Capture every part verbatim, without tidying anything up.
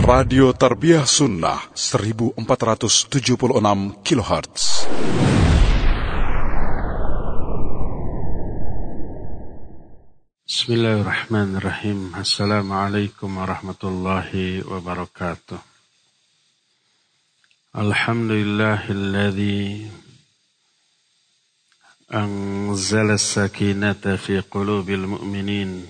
Radio Tarbiyah Sunnah seribu empat ratus tujuh puluh enam kilohertz. Bismillahirrahmanirrahim. Assalamualaikum warahmatullahi wabarakatuh. Alhamdulillahilladzi anzala as-sakinata fi qulubil mu'minin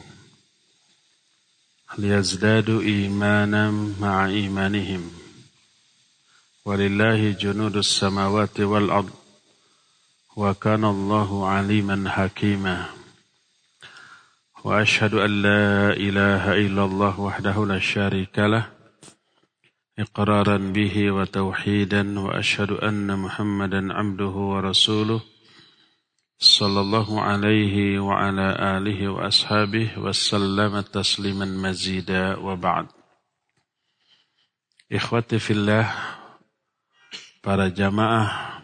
liyazdadu imanan ma'a imanihim. Walillahi junudus samawati wal ard wa kana Allahu aliman hakima. Wa ashhadu an la ilaha illallah wahdahu la syarika lah iqraran bihi wa tauhidan wa ashhadu anna Muhammadan abduhu wa rasuluh sallallahu alaihi wa ala alihi wa ashabihi wa sallama tasliman mazida wa ba'd. Ikhwati fillah, para jamaah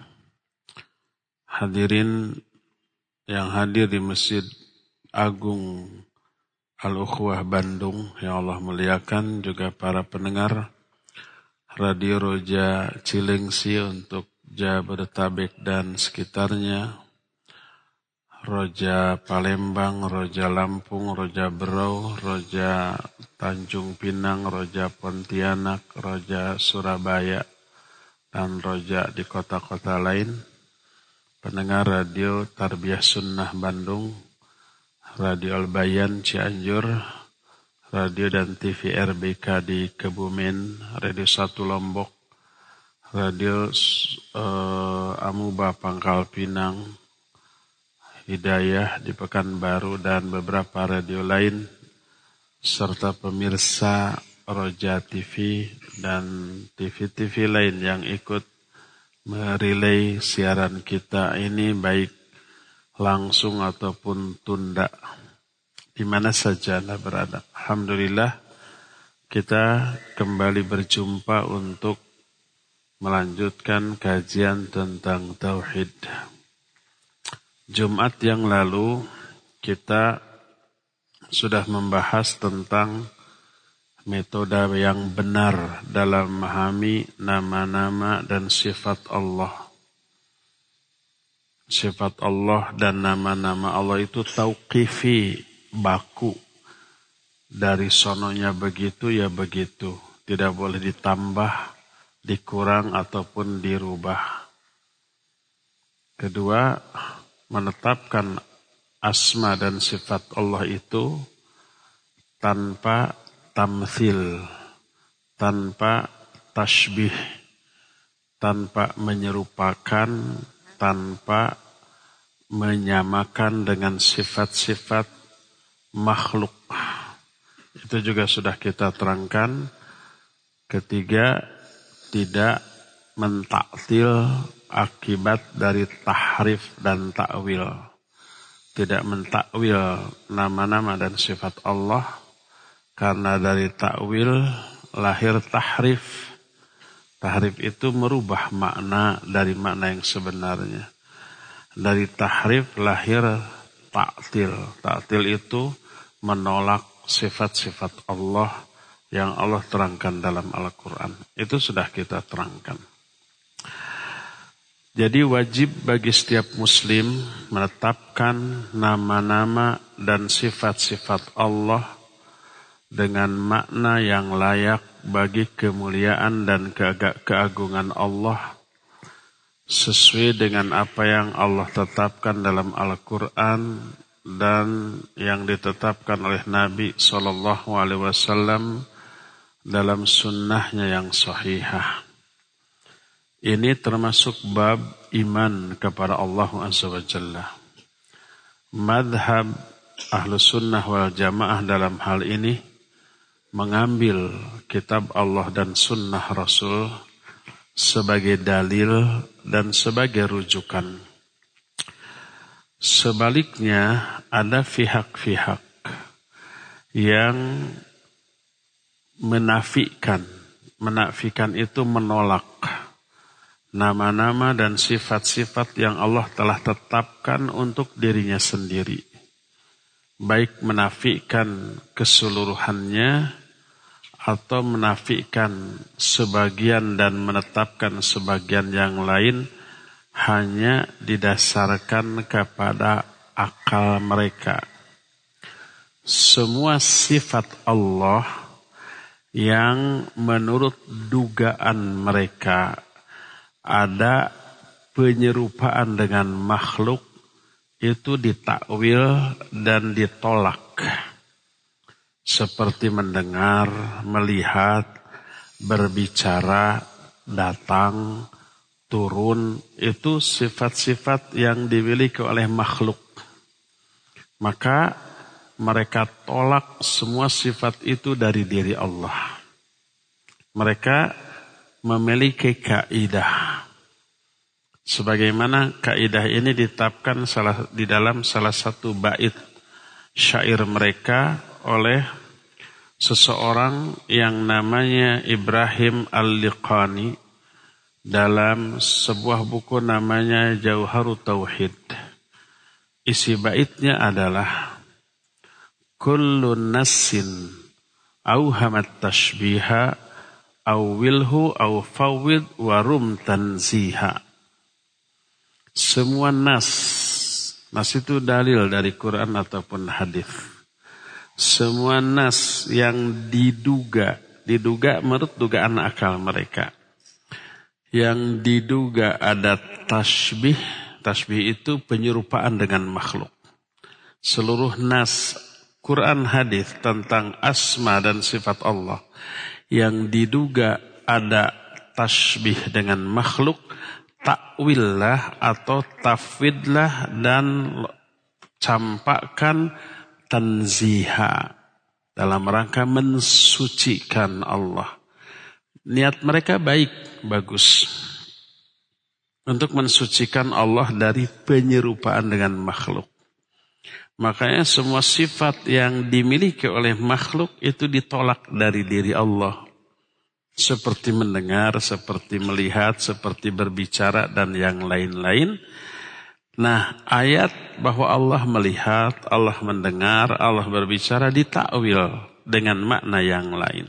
hadirin yang hadir di Masjid Agung Al-Ukhwah Bandung yang Allah muliakan, juga para pendengar Radio Roja Cilengsi untuk Jabodetabek dan sekitarnya, Roja Palembang, Roja Lampung, Roja Berau, Roja Tanjung Pinang, Roja Pontianak, Roja Surabaya, dan Roja di kota-kota lain, pendengar Radio Tarbiyah Sunnah Bandung, Radio Al-Bayan Cianjur, Radio dan T V R B K di Kebumen, Radio satu Lombok, Radio uh, Amuba Pangkal Pinang, Hidayah di Pekanbaru, dan beberapa radio lain, serta pemirsa Roja T V dan T V-T V lain yang ikut merelay siaran kita ini, baik langsung ataupun tunda, di mana saja Anda berada. Alhamdulillah, kita kembali berjumpa untuk melanjutkan kajian tentang tauhid. Jumat yang lalu kita sudah membahas tentang metode yang benar dalam memahami nama-nama dan sifat Allah. Sifat Allah dan nama-nama Allah itu tauqifi, baku. Dari sononya begitu ya begitu. Tidak boleh ditambah, dikurang ataupun dirubah. Kedua, menetapkan asma dan sifat Allah itu tanpa tamthil, tanpa tashbih, tanpa menyerupakan, tanpa menyamakan dengan sifat-sifat makhluk. Itu juga sudah kita terangkan. Ketiga, tidak mentaktil akibat dari tahrif dan ta'wil. Tidak mentakwil nama-nama dan sifat Allah, karena dari ta'wil lahir tahrif. Tahrif itu merubah makna dari makna yang sebenarnya. Dari tahrif lahir ta'til. Ta'til itu menolak sifat-sifat Allah yang Allah terangkan dalam Al-Quran. Itu sudah kita terangkan. Jadi wajib bagi setiap muslim menetapkan nama-nama dan sifat-sifat Allah dengan makna yang layak bagi kemuliaan dan keagungan Allah, sesuai dengan apa yang Allah tetapkan dalam Al-Quran dan yang ditetapkan oleh Nabi shallallahu alaihi wasallam dalam sunnahnya yang sahihah. Ini termasuk bab iman kepada Allah Azza wa Jalla. Madhab Ahlus Sunnah wal Jamaah dalam hal ini mengambil kitab Allah dan sunnah Rasul sebagai dalil dan sebagai rujukan. Sebaliknya, ada pihak-pihak yang menafikan. Menafikan itu menolak nama-nama dan sifat-sifat yang Allah telah tetapkan untuk dirinya sendiri. baik menafikan keseluruhannya atau menafikan sebagian dan menetapkan sebagian yang lain hanya didasarkan kepada akal mereka. Semua sifat Allah yang menurut dugaan mereka ada penyerupaan dengan makhluk itu ditakwil dan ditolak. Seperti mendengar, melihat, berbicara, datang, turun, itu sifat-sifat yang dimiliki oleh makhluk. Maka mereka tolak semua sifat itu dari diri Allah. Mereka memiliki kaidah. Sebagaimana kaidah ini ditetapkan salah, di dalam salah satu bait syair mereka oleh seseorang yang namanya Ibrahim Al-Liqani dalam sebuah buku namanya Jauharut Tauhid. Isi baitnya adalah kullu nassin auhamat tashbiha awilhu aw fawwid warum tanziha. Semua nas, nas itu dalil dari Quran ataupun hadis. Semua nas yang diduga, diduga menurut dugaan akal mereka, yang diduga ada tasbih, tasbih itu penyerupaan dengan makhluk. Seluruh nas Quran hadis tentang asma dan sifat Allah yang diduga ada tasbih dengan makhluk, takwillah atau tafwidlah dan campakkan tanziha dalam rangka mensucikan Allah. Niat mereka baik, bagus, untuk mensucikan Allah dari penyerupaan dengan makhluk. Makanya semua sifat yang dimiliki oleh makhluk itu ditolak dari diri Allah. Seperti mendengar, seperti melihat, seperti berbicara, dan yang lain-lain. Nah, ayat bahwa Allah melihat, Allah mendengar, Allah berbicara ditakwil dengan makna yang lain.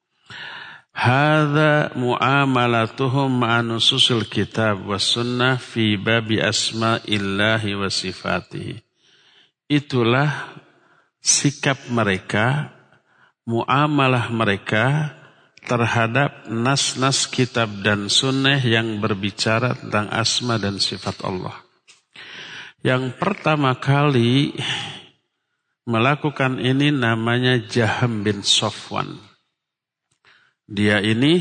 Hadza muamalatuhum ma'a nususil kitab was sunnah fi babi asma'illahi wa sifatihi. Itulah sikap mereka, muamalah mereka terhadap nas-nas kitab dan sunnah yang berbicara tentang asma dan sifat Allah. Yang pertama kali melakukan ini namanya Jaham bin Safwan. Dia ini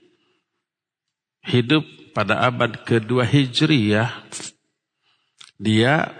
hidup pada abad kedua Hijriyah. Dia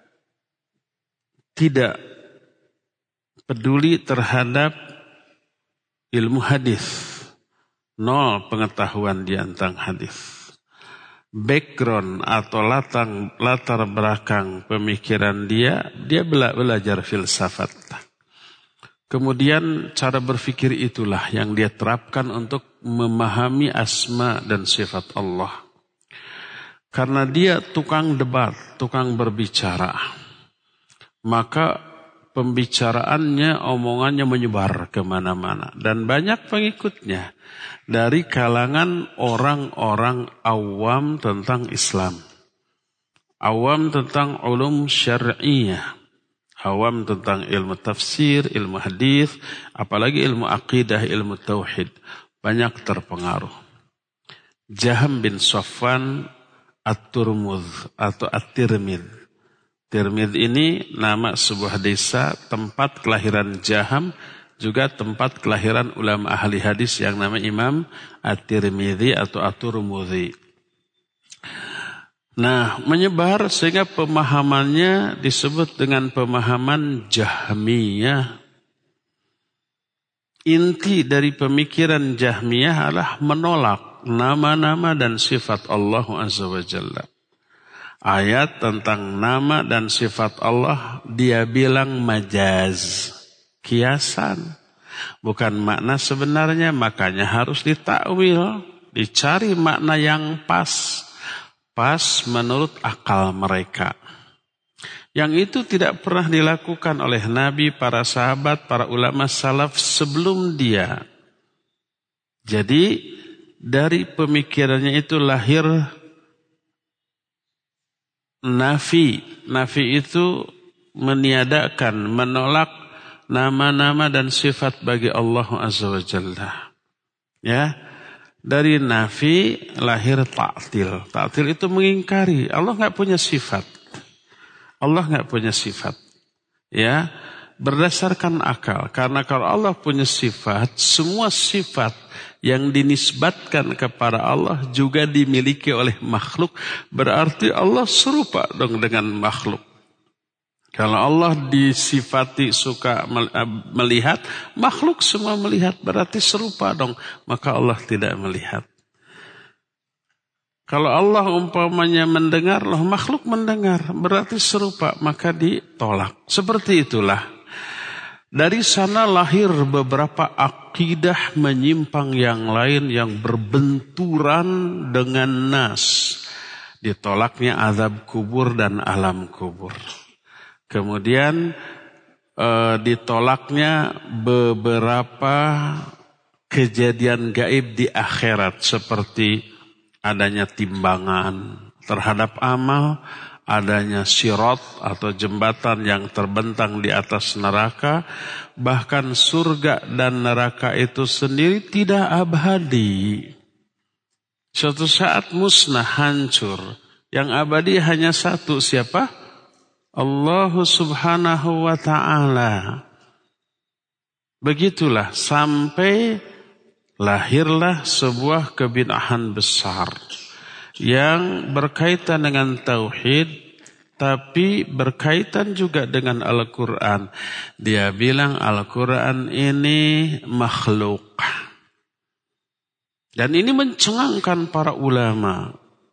tidak peduli terhadap ilmu hadis. Nol pengetahuan dia tentang hadis. Background atau latar, latar belakang pemikiran dia, dia bela, belajar filsafat. Kemudian cara berpikir itulah yang dia terapkan untuk memahami asma dan sifat Allah. Karena dia tukang debat, tukang berbicara, maka pembicaraannya, omongannya menyebar kemana-mana. Dan banyak pengikutnya dari kalangan orang-orang awam tentang Islam. Awam tentang ulum syar'iyah. Awam tentang ilmu tafsir, ilmu hadis, apalagi ilmu akidah, ilmu tauhid. Banyak terpengaruh. Jaham bin Safwan At-Turmudz atau At-Tirmidz. Tirmidz ini nama sebuah desa, tempat kelahiran Jaham, juga tempat kelahiran ulama ahli hadis yang nama Imam At-Tirmidzi atau At-Turmudzi. Nah, menyebar sehingga pemahamannya disebut dengan pemahaman Jahmiyah. Inti dari pemikiran Jahmiyah adalah menolak nama-nama dan sifat Allah Azza wa Jalla. Ayat tentang nama dan sifat Allah dia bilang majaz, kiasan, bukan makna sebenarnya, makanya harus ditakwil, dicari makna yang pas, pas menurut akal mereka. Yang itu tidak pernah dilakukan oleh Nabi, para sahabat, para ulama salaf sebelum dia. Jadi dari pemikirannya itu lahir nafi. Nafi itu meniadakan, menolak nama-nama dan sifat bagi Allah Azza wa Jalla. Ya, dari nafi lahir ta'til. Ta'til itu mengingkari. Allah enggak punya sifat. Allah enggak punya sifat. Ya, berdasarkan akal. Karena kalau Allah punya sifat, semua sifat yang dinisbatkan kepada Allah juga dimiliki oleh makhluk. Berarti Allah serupa dong dengan makhluk. Kalau Allah disifati suka melihat, makhluk semua melihat. Berarti serupa dong. Maka Allah tidak melihat. Kalau Allah umpamanya mendengar, loh makhluk mendengar. Berarti serupa, maka ditolak. Seperti itulah. Dari sana lahir beberapa akidah menyimpang yang lain yang berbenturan dengan nas. Ditolaknya azab kubur dan alam kubur. Kemudian eh, ditolaknya beberapa kejadian gaib di akhirat seperti adanya timbangan terhadap amal, adanya sirat atau jembatan yang terbentang di atas neraka, bahkan surga dan neraka itu sendiri tidak abadi. Suatu saat musnah, hancur. Yang abadi hanya satu, siapa? Allah Subhanahu wa ta'ala. Begitulah sampai lahirlah sebuah kebid'ahan besar yang berkaitan dengan tauhid, tapi berkaitan juga dengan Al-Quran. Dia bilang Al-Quran ini makhluk. Dan ini mencengangkan para ulama.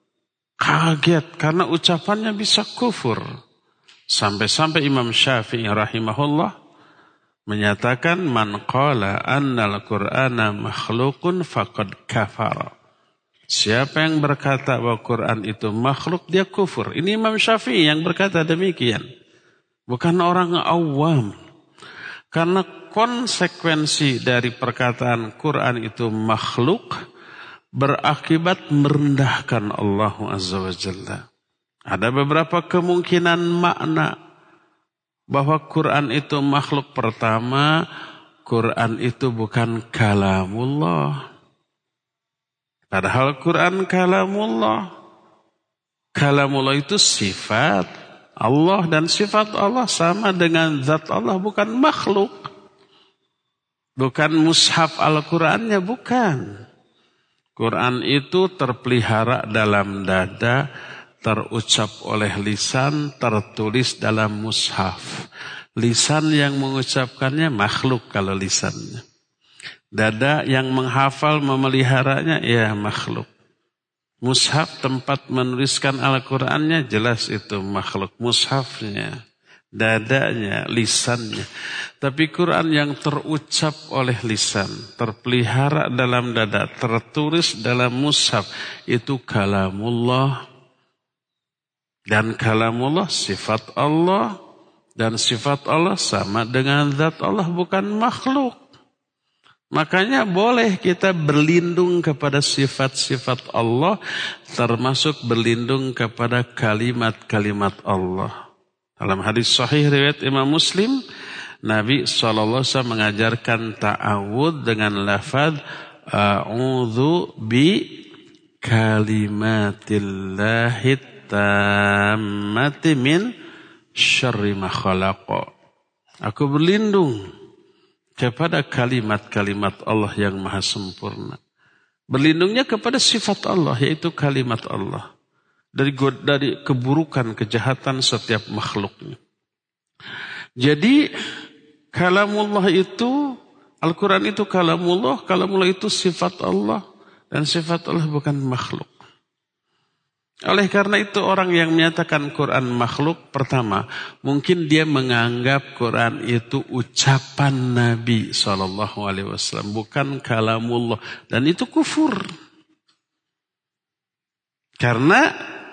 Kaget karena ucapannya bisa kufur. Sampai-sampai Imam Syafi'i rahimahullah menyatakan man qala annal Qur'ana makhlukun faqad kafar. Siapa yang berkata bahwa Quran itu makhluk, dia kufur. Ini Imam Syafi'i yang berkata demikian. Bukan orang awam. Karena konsekuensi dari perkataan Quran itu makhluk berakibat merendahkan Allah Azza wa Jalla. Ada beberapa kemungkinan makna bahwa Quran itu makhluk. Pertama, Quran itu bukan kalamullah. Padahal Quran kalamullah. Kalamullah itu sifat Allah dan sifat Allah sama dengan zat Allah, bukan makhluk. Bukan mushaf Al-Qurannya, bukan. Quran itu terpelihara dalam dada, terucap oleh lisan, tertulis dalam mushaf. Lisan yang mengucapkannya makhluk kalau lisannya. Dada yang menghafal memeliharanya ya makhluk. Mushaf tempat menuliskan Al-Qur'annya jelas itu makhluk. Mushafnya, dadanya, lisannya. Tapi Quran yang terucap oleh lisan, terpelihara dalam dada, tertulis dalam mushaf, itu kalamullah. Dan kalamullah sifat Allah. Dan sifat Allah sama dengan zat Allah, bukan makhluk. Makanya boleh kita berlindung kepada sifat-sifat Allah, termasuk berlindung kepada kalimat-kalimat Allah. Dalam hadis sahih riwayat Imam Muslim, Nabi shallallahu alaihi wasallam mengajarkan ta'awudz dengan lafaz a'udzu bi kalimatillahi tammati min syarri ma khalaqa. Aku berlindung kepada kalimat-kalimat Allah yang maha sempurna. Berlindungnya kepada sifat Allah, yaitu kalimat Allah. Dari dari keburukan, kejahatan setiap makhluknya. Jadi kalamullah itu, Al-Quran itu kalamullah, kalamullah itu sifat Allah. Dan sifat Allah bukan makhluk. Oleh karena itu orang yang menyatakan Quran makhluk, pertama, mungkin dia menganggap Quran itu ucapan Nabi shallallahu alaihi wasallam, bukan kalamullah. Dan itu kufur. Karena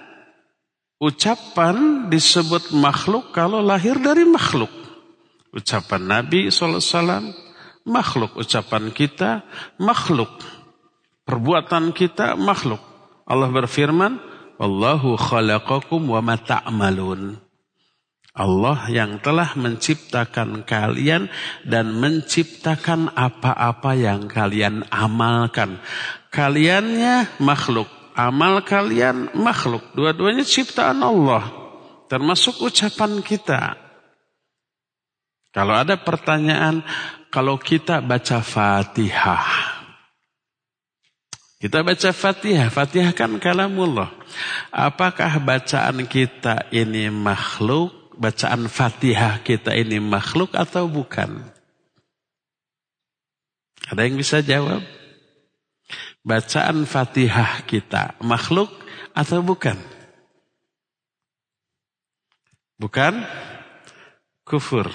ucapan disebut makhluk kalau lahir dari makhluk. Ucapan Nabi shallallahu alaihi wasallam makhluk, ucapan kita makhluk. Perbuatan kita makhluk. Allah berfirman, Wallahu khalaqakum wa ma ta'malun. Allah yang telah menciptakan kalian dan menciptakan apa-apa yang kalian amalkan. Kaliannya makhluk, amal kalian makhluk. Dua-duanya ciptaan Allah, termasuk ucapan kita. Kalau ada pertanyaan, kalau kita baca Fatihah, kita baca Fatihah, Fatihah kan kalamullah. Apakah bacaan kita ini makhluk? Bacaan Fatihah kita ini makhluk atau bukan? Ada yang bisa jawab? Bacaan Fatihah kita makhluk atau bukan? Bukan? Kufur.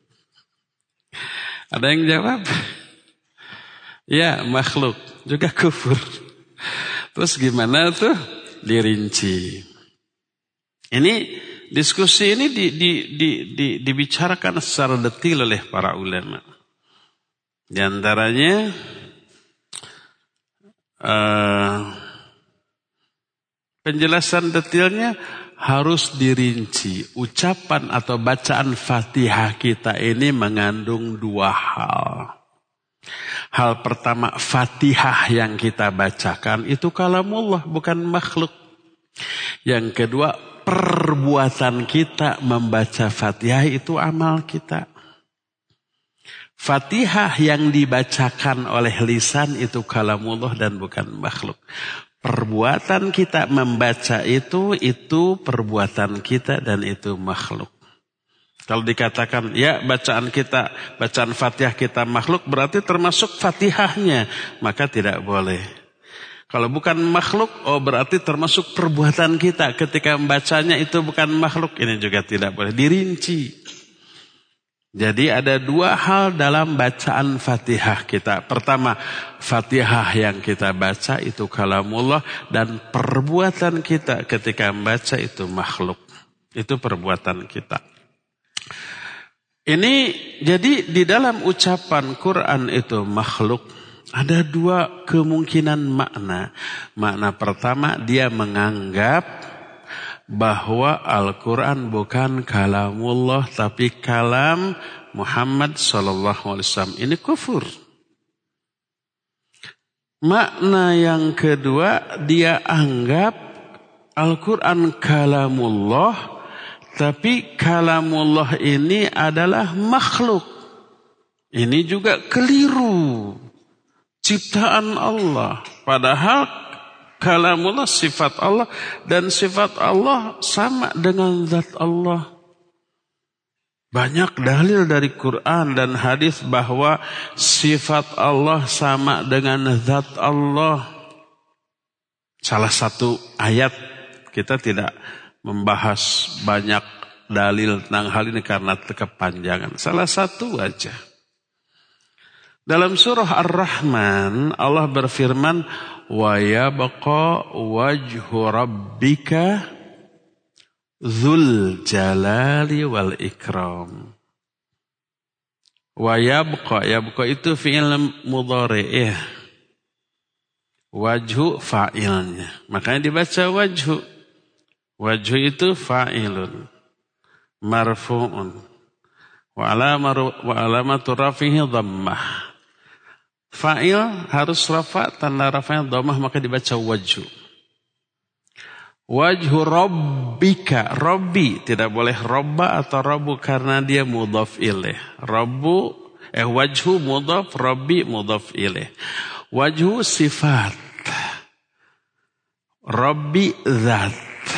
Ada yang jawab? Ya, makhluk. Juga kufur. Terus gimana tuh? Dirinci. Ini diskusi ini di, di, di, di, dibicarakan secara detil oleh para ulama. Di antaranya uh, penjelasan detilnya harus dirinci. Ucapan atau bacaan Fatihah kita ini mengandung dua hal. Hal pertama, Fatihah yang kita bacakan itu kalamullah, bukan makhluk. Yang kedua, perbuatan kita membaca Fatihah itu amal kita. Fatihah yang dibacakan oleh lisan itu kalamullah dan bukan makhluk. Perbuatan kita membaca itu, itu perbuatan kita dan itu makhluk. Kalau dikatakan, ya bacaan kita, bacaan Fatihah kita makhluk, berarti termasuk Fatihahnya. Maka tidak boleh. Kalau bukan makhluk, oh berarti termasuk perbuatan kita. Ketika membacanya itu bukan makhluk, ini juga tidak boleh. Dirinci. Jadi ada dua hal dalam bacaan Fatihah kita. Pertama, Fatihah yang kita baca itu kalamullah. Dan perbuatan kita ketika membaca itu makhluk. Itu perbuatan kita. Ini jadi di dalam ucapan Quran itu makhluk. Ada dua kemungkinan makna. Makna pertama, dia menganggap bahwa Al-Quran bukan kalamullah tapi kalam Muhammad sallallahu alaihi wasallam. Ini kufur. Makna yang kedua, dia anggap Al-Quran kalamullah tapi kalamullah ini adalah makhluk. Ini juga keliru. Ciptaan Allah. Padahal kalamullah sifat Allah. Dan sifat Allah sama dengan zat Allah. Banyak dalil dari Quran dan hadis bahwa sifat Allah sama dengan zat Allah. Salah satu ayat, kita tidak membahas banyak dalil tentang hal ini karena kepanjangan. Salah satu aja. Dalam surah Ar-Rahman, Allah berfirman, wa yabqa wajhu rabbika dzul jalali wal ikram. Wa yabqa, yabqa itu fi'il mudhari'. Wajhu fa'ilnya. Makanya dibaca wajhu. Wajhu itu fa'ilun. Marfu'un. Wa alamatu rafihi dhammah. Fa'il harus rafa, tanda rafanya dhammah, maka dibaca wajhu. Wajhu rabbika, rabbi, tidak boleh robba atau rabbu karena dia mudhaf ilaih. Rabbu, eh wajhu mudhaf, rabbi mudhaf ilaih. Wajhu sifat, rabbi zat.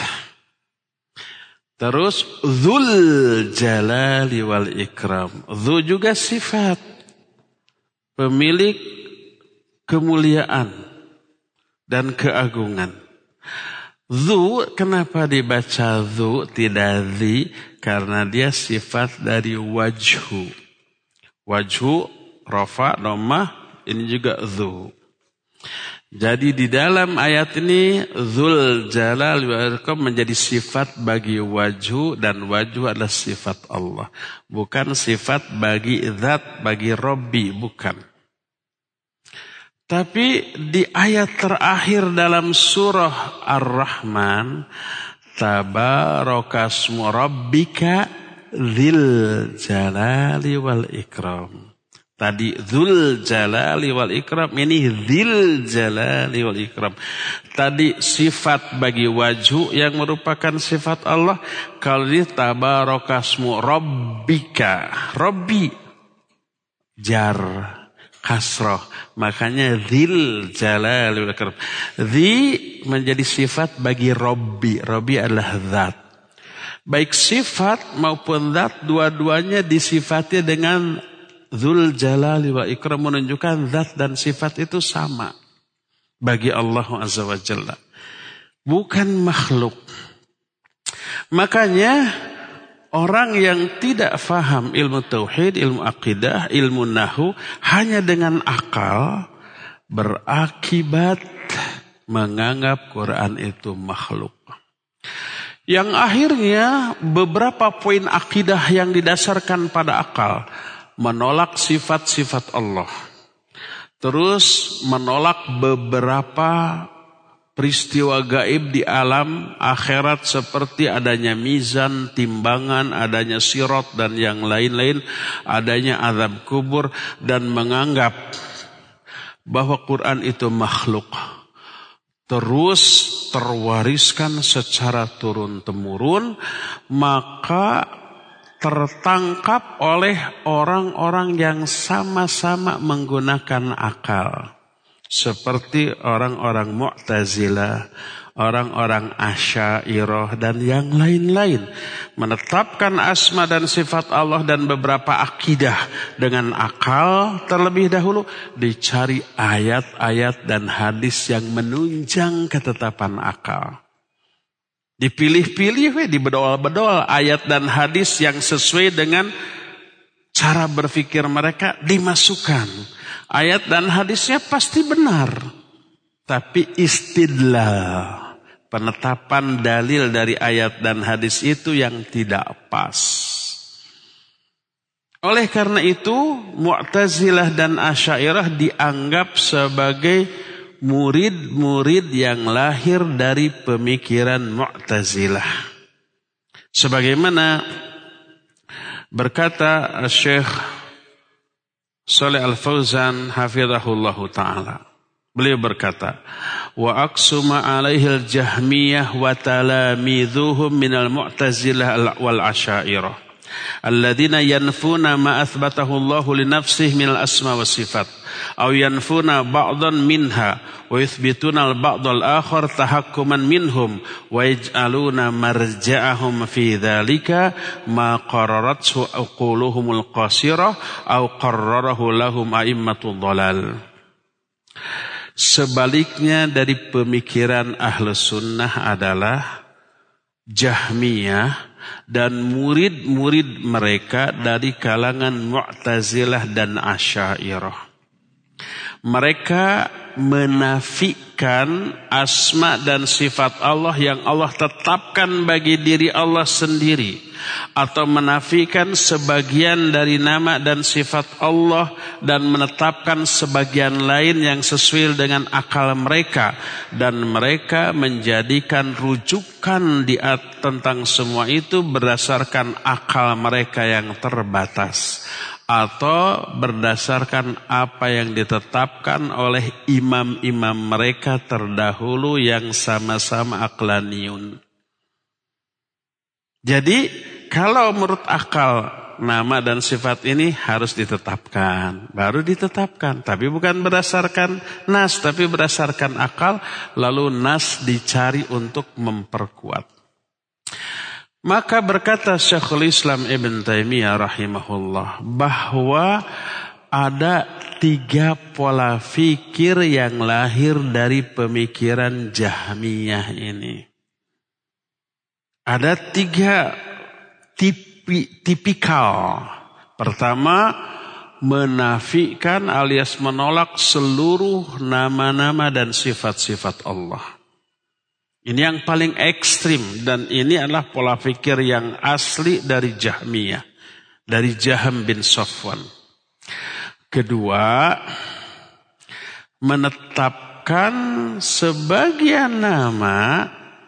Terus dzul jalali wal ikram. Dzu juga sifat, pemilik kemuliaan dan keagungan. Dzu, kenapa dibaca dzu tidak dzi? Karena dia sifat dari wajhu. Wajhu, rafa, dhammah, ini juga dzu. Jadi di dalam ayat ini dzul jalal wal ikram menjadi sifat bagi wajhu dan wajhu adalah sifat Allah. Bukan sifat bagi zat, bagi Rabbi, bukan. Tapi di ayat terakhir dalam surah Ar-Rahman, tabarakasmu rabbika dzil jalali wal ikram. Tadi dzul jalali wal ikram, ini dzil jalali wal ikram. Tadi sifat bagi wajhu yang merupakan sifat Allah. Kalau ini tabarakasmu rabbika, rabbi jar kasroh, makanya dzil jalali wal ikram. Dzi menjadi sifat bagi Rabbi. Rabbi adalah zat. Baik sifat maupun zat, dua-duanya disifati dengan dzul jalali wal ikram, menunjukkan zat dan sifat itu sama bagi Allah Azza wa Jalla, bukan makhluk. Makanya orang yang tidak faham ilmu tauhid, ilmu akidah, ilmu nahu hanya dengan akal, berakibat menganggap Quran itu makhluk. Yang akhirnya beberapa poin akidah yang didasarkan pada akal, menolak sifat-sifat Allah. Terus menolak beberapa peristiwa gaib di alam akhirat seperti adanya mizan, timbangan, adanya sirat dan yang lain-lain, adanya azab kubur, dan menganggap bahwa Quran itu makhluk. Terus terwariskan secara turun-temurun, maka tertangkap oleh orang-orang yang sama-sama menggunakan akal. Seperti orang-orang Mu'tazilah, orang-orang Asy'ariyah dan yang lain-lain. Menetapkan asma dan sifat Allah dan beberapa akidah dengan akal terlebih dahulu. Dicari ayat-ayat dan hadis yang menunjang ketetapan akal. Dipilih-pilih, dibedol-bedol ayat dan hadis yang sesuai dengan cara berpikir mereka dimasukkan. Ayat dan hadisnya pasti benar. Tapi istidlal, penetapan dalil dari ayat dan hadis itu yang tidak pas. Oleh karena itu, Mu'tazilah dan Asy'ariyah dianggap sebagai murid-murid yang lahir dari pemikiran Mu'tazilah. Sebagaimana berkata Syekh Shalih Al-Fauzan hafizahullahu ta'ala. Beliau berkata, wa aqsuma alaihil jahmiyah wa talamidhuhum minal mu'tazilah wal asy'ariyah alladzina yanfuna ma athbatahu Allahu li nafsihi minal asma wa sifat aw yanfuna ba'dan minha wa yuthbituna al-ba'd al-akhar tahakkuman minhum wa yaj'aluna marja'ahum fi dzalika ma qararathu uquluhumul qasirah aw qarrarahu lahum a'immatud dhalal. Sebaliknya dari pemikiran Ahlus Sunnah adalah Jahmiyah dan murid-murid mereka dari kalangan Mu'tazilah dan Asy'ariyah. Mereka menafikan asma dan sifat Allah yang Allah tetapkan bagi diri Allah sendiri, atau menafikan sebagian dari nama dan sifat Allah dan menetapkan sebagian lain yang sesuai dengan akal mereka, dan mereka menjadikan rujukan di tentang semua itu berdasarkan akal mereka yang terbatas atau berdasarkan apa yang ditetapkan oleh imam-imam mereka terdahulu yang sama-sama aqlaniyun. Jadi kalau menurut akal nama dan sifat ini harus ditetapkan, baru ditetapkan, tapi bukan berdasarkan nas, tapi berdasarkan akal, lalu nas dicari untuk memperkuat. Maka berkata Syekhul Islam Ibn Taimiyah rahimahullah bahwa ada tiga pola fikir yang lahir dari pemikiran Jahmiyah ini. Ada tiga tipi, tipikal. Pertama, menafikan alias menolak seluruh nama-nama dan sifat-sifat Allah. Ini yang paling ekstrim, dan ini adalah pola pikir yang asli dari Jahmiyah, dari Jahm bin Safwan. Kedua, menetapkan sebagian nama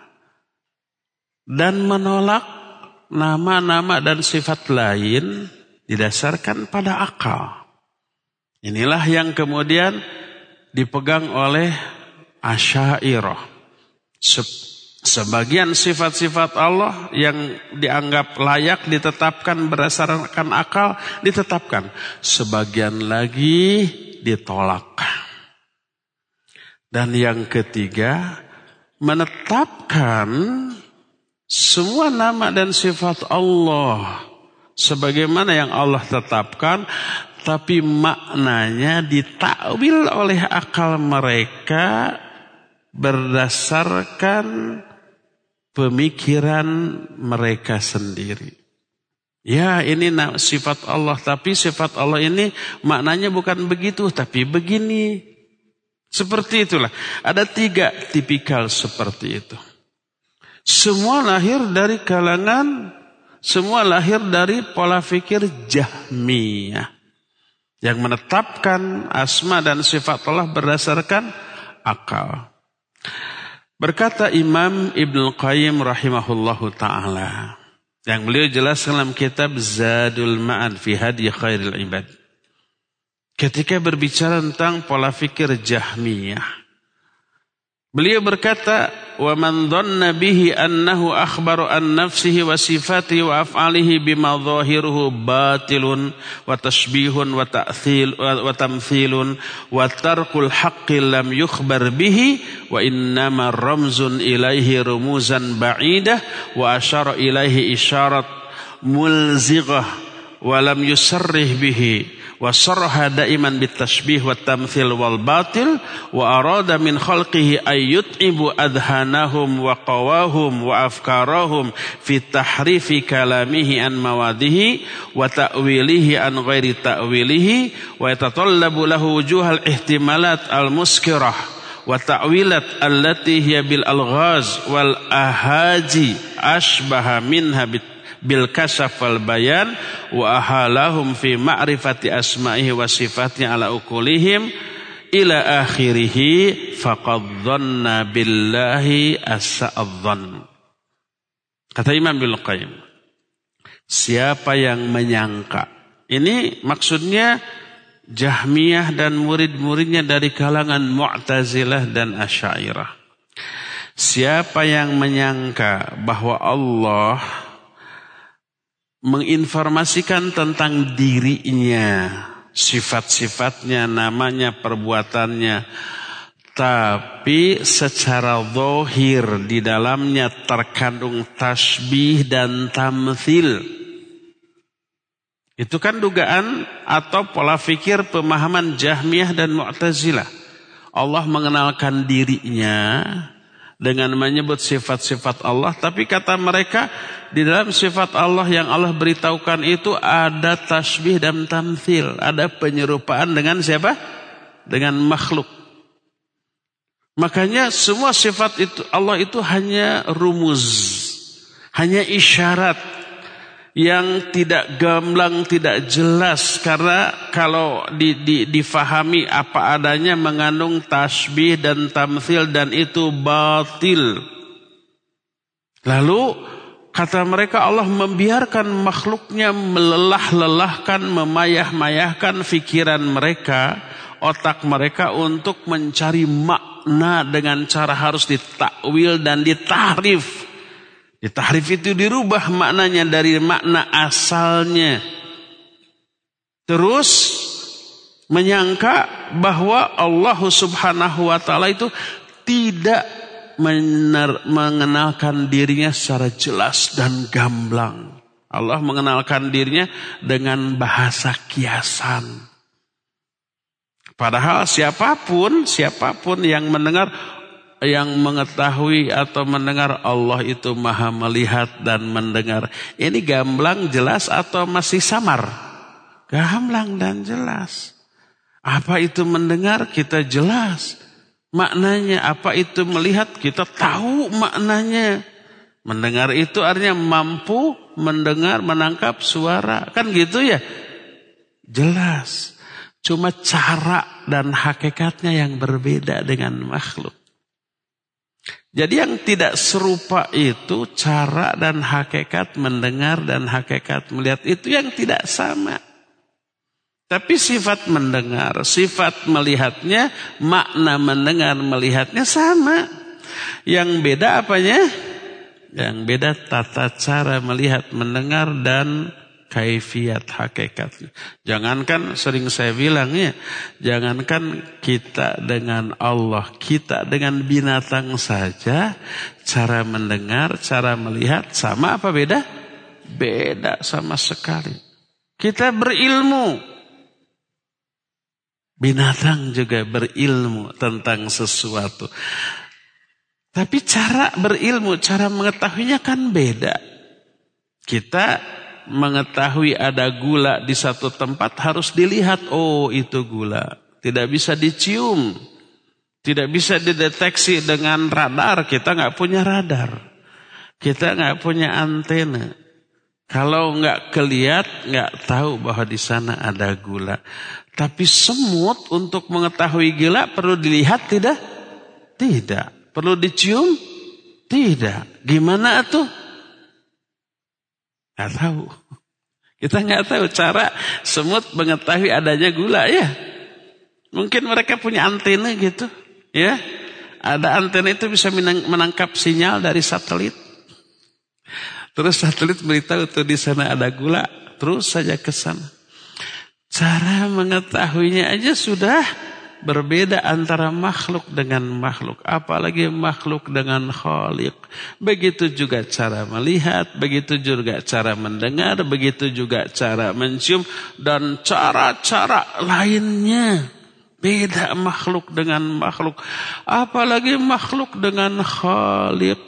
dan menolak nama-nama dan sifat lain didasarkan pada akal. Inilah yang kemudian dipegang oleh Asy'ariyah. Sebagian sifat-sifat Allah yang dianggap layak ditetapkan berdasarkan akal, ditetapkan. Sebagian lagi ditolak. Dan yang ketiga, menetapkan semua nama dan sifat Allah sebagaimana yang Allah tetapkan, tapi maknanya ditakwil oleh akal mereka berdasarkan pemikiran mereka sendiri. Ya, ini sifat Allah, tapi sifat Allah ini maknanya bukan begitu, tapi begini. Seperti itulah. Ada tiga tipikal seperti itu. Semua lahir dari kalangan, semua lahir dari pola fikir Jahmiyah, yang menetapkan asma dan sifat Allah berdasarkan akal. Berkata Imam Ibnu Qayyim rahimahullahu ta'ala, yang beliau jelaskan dalam kitab Zadul Ma'ad fi Hadi Khairil Ibad, ketika berbicara tentang pola fikir Jahmiyah, beliau berkata, wa man dhanna bihi annahu akhbaru an nafsihi wa sifatihi wa af'alihi bima dhahiruhu batilun wa tashbihun wa ta'thil wa tamthilun wa tarkul haqqi lam yukhbar bihi wa innama ramzun ilaihi rumuzan ba'idah wa asyara ilaihi isyarat mulzighah wa lam yusarrih bihi wa sarha daiman bitashbih wa tamthil wal batil wa arada min khalqihi ay yut'ibu adhanahum wa qawahum wa afkarahum fi tahrifi kalamihi an mawadihi wa ta'wilihi an ghairi ta'wilihi wa yatatallabu lahu wujuhal ihtimalat al muskirah wa ta'wilat allati hiya bil alghaz wal ahaji ashbaha minha bit bil kasaf wal bayan wa ahalahum fi ma'rifati asma'ihi wa sifatihi ala ukulihim ila akhirih faqad dhanna billahi as-sa'adhan. Kata Imam Ibnu Qayyim, siapa yang menyangka, ini maksudnya Jahmiyah dan murid-muridnya dari kalangan Mu'tazilah dan Asy'ariyah. Siapa yang menyangka bahwa Allah menginformasikan tentang dirinya, sifat-sifatnya, namanya, perbuatannya, tapi secara zahir di dalamnya terkandung tasbih dan tamthil. Itu kan dugaan atau pola fikir pemahaman Jahmiyah dan Mu'tazilah. Allah mengenalkan dirinya dengan menyebut sifat-sifat Allah, tapi kata mereka di dalam sifat Allah yang Allah beritahukan itu ada tasbih dan tamthil, ada penyerupaan dengan siapa? Dengan makhluk. Makanya semua sifat itu Allah itu hanya rumuz, hanya isyarat yang tidak gamblang, tidak jelas, karena kalau di, di, difahami apa adanya mengandung tasbih dan tamthil dan itu batil. Lalu kata mereka Allah membiarkan makhluknya melelah-lelahkan, memayah-mayahkan pikiran mereka, otak mereka untuk mencari makna dengan cara harus ditakwil dan ditahrif. Ditahrif itu dirubah maknanya dari makna asalnya. Terus menyangka bahwa Allah Subhanahu wa taala itu tidak mener, mengenalkan dirinya secara jelas dan gamblang. Allah mengenalkan dirinya dengan bahasa kiasan. Padahal siapapun, siapapun yang mendengar, yang mengetahui atau mendengar Allah itu maha melihat dan mendengar. Ini gamblang jelas atau masih samar? Gamblang dan jelas. Apa itu mendengar? Kita jelas maknanya. Apa itu melihat? Kita tahu maknanya. Mendengar itu artinya mampu mendengar, menangkap suara. Kan gitu ya? Jelas. Cuma cara dan hakikatnya yang berbeda dengan makhluk. Jadi yang tidak serupa itu cara dan hakikat mendengar dan hakikat melihat itu yang tidak sama. Tapi sifat mendengar, sifat melihatnya, makna mendengar melihatnya sama. Yang beda apanya? Yang beda tata cara melihat, mendengar dan kaifiat hakikatnya. Jangankan sering saya bilang ya, jangankan kita dengan Allah, kita dengan binatang saja cara mendengar, cara melihat sama apa beda? Beda sama sekali. Kita berilmu. Binatang juga berilmu tentang sesuatu. Tapi cara berilmu, cara mengetahuinya kan beda. Kita mengetahui ada gula di satu tempat harus dilihat, oh itu gula. Tidak bisa dicium, tidak bisa dideteksi dengan radar. Kita nggak punya radar, kita nggak punya antena. Kalau nggak kelihat, nggak tahu bahwa di sana ada gula. Tapi semut untuk mengetahui gula perlu dilihat tidak? Tidak. Perlu dicium? Tidak. Gimana tuh? Nggak tahu. Kita nggak tahu cara semut mengetahui adanya gula ya. Mungkin mereka punya antena gitu, ya. Ada antena itu bisa menangkap sinyal dari satelit. Terus satelit beritahu tuh di sana ada gula, terus saja ke sana. Cara mengetahuinya aja sudah berbeda antara makhluk dengan makhluk. Apalagi makhluk dengan khaliq. Begitu juga cara melihat, begitu juga cara mendengar, begitu juga cara mencium. Dan cara-cara lainnya. Beda makhluk dengan makhluk. Apalagi makhluk dengan khaliq.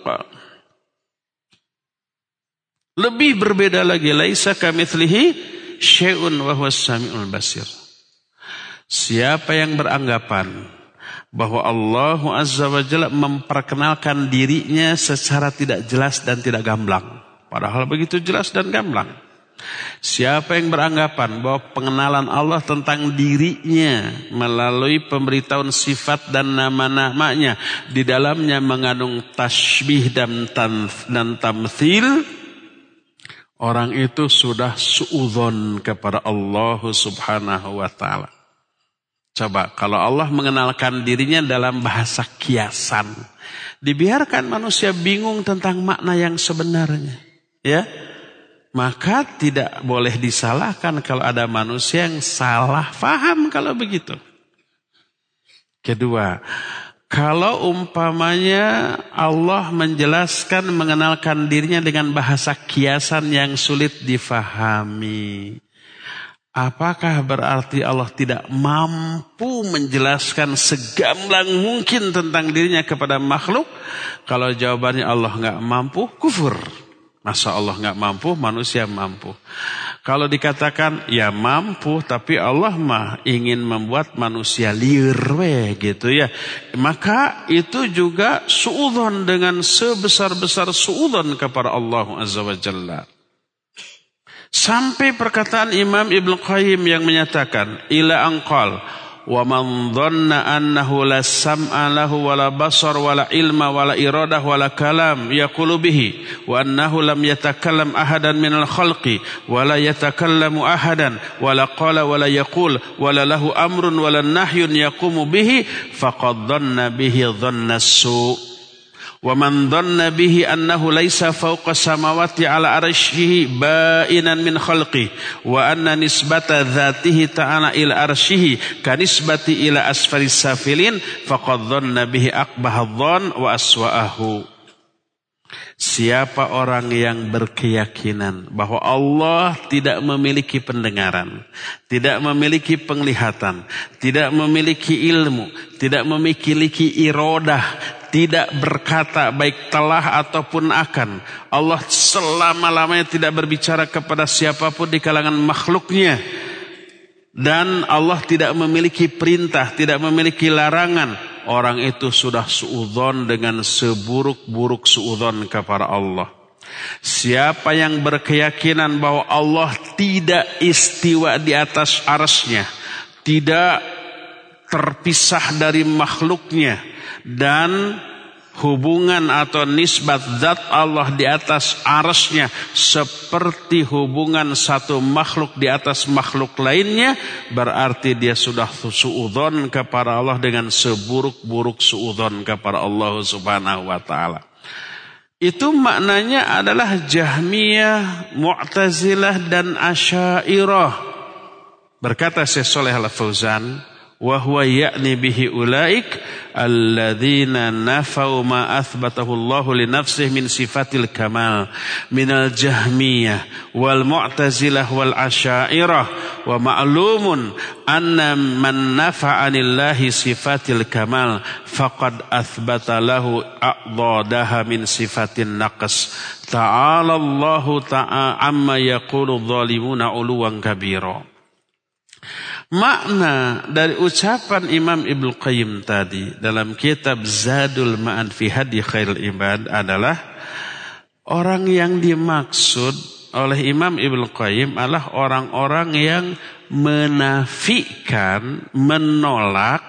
Lebih berbeda lagi. Laisa kamitslihi syai'un wa huwas samiul basir. Siapa yang beranggapan bahwa Allah Azza wa Jalla memperkenalkan dirinya secara tidak jelas dan tidak gamblang, padahal begitu jelas dan gamblang. Siapa yang beranggapan bahwa pengenalan Allah tentang dirinya melalui pemberitahuan sifat dan nama-namanya di dalamnya mengandung tasbih dan tamtsil, orang itu sudah suudzon kepada Allah Subhanahu wa ta'ala. Coba kalau Allah mengenalkan dirinya dalam bahasa kiasan, dibiarkan manusia bingung tentang makna yang sebenarnya, ya, maka tidak boleh disalahkan kalau ada manusia yang salah faham kalau begitu. Kedua, kalau umpamanya Allah menjelaskan mengenalkan dirinya dengan bahasa kiasan yang sulit difahami, apakah berarti Allah tidak mampu menjelaskan segamblang mungkin tentang dirinya kepada makhluk? Kalau jawabannya Allah nggak mampu, kufur. Masa Allah nggak mampu, manusia mampu. Kalau dikatakan ya mampu, tapi Allah mah ingin membuat manusia liar we gitu ya, maka itu juga suudzon dengan sebesar-besar suudzon kepada Allah Azza wa Jalla. Sampai perkataan Imam Ibnu Qayyim yang menyatakan ila anqal wa man dhanna annahu la sam'a lahu wa la basar wa la ilma wa la iradah wa la kalam yaqulu bihi wa annahu lam yatakallam ahadan minal khalqi wa la yatakallamu ahadan wa la qala wa la yaqul wa la lahu amrun wa la nahyun yaqumu bihi faqad dhanna bihi dhanna su' wa man dhanna bihi annahu laysa fawqa samawati ala arsyihi ba'inan min khalqi wa anna nisbata dzatihi ta'ala ila arsyihi kanisbati ila asfalis safilin faqad dhanna bihi aqbahadh dhann wa aswa'ahu. Siapa orang yang berkeyakinan bahwa Allah tidak memiliki pendengaran, tidak memiliki penglihatan, tidak memiliki ilmu, tidak memiliki iradah, tidak berkata baik telah ataupun akan. Allah selama-lamanya tidak berbicara kepada siapapun di kalangan makhluknya. Dan Allah tidak memiliki perintah, tidak memiliki larangan. Orang itu sudah suudzon dengan seburuk-buruk suudzon kepada Allah. Siapa yang berkeyakinan bahwa Allah tidak istiwa di atas arsy-Nya, tidak terpisah dari makhluknya, dan hubungan atau nisbat zat Allah di atas arasnya seperti hubungan satu makhluk di atas makhluk lainnya, berarti dia sudah suudzon kepada Allah dengan seburuk-buruk suudzon kepada Allah Subhanahu wa taala. Itu maknanya adalah Jahmiyah, Mu'tazilah dan Asy'ariyah. Berkata Syekh Shalih Al-Fauzan, wa huwa ya'ni bihi ulaik alladzina nafau ma athbatahu Allah li nafsihi min sifatil kamal minal Jahmiyah wal Mu'tazilah wal Asy'ariyah, wa ma'lumun anna man nafa'a lillahi sifatil kamal faqad athbata lahu a'dadaha min sifatin naqs. Ta'ala Allah ta'a amma yaqulu adh-dhalimuna 'uluwan kabira. Makna dari ucapan Imam Ibnu Qayyim tadi dalam kitab Zadul Ma'ad fi Hadi Khairul Ibad adalah orang yang dimaksud oleh Imam Ibnu Qayyim adalah orang-orang yang menafikan, menolak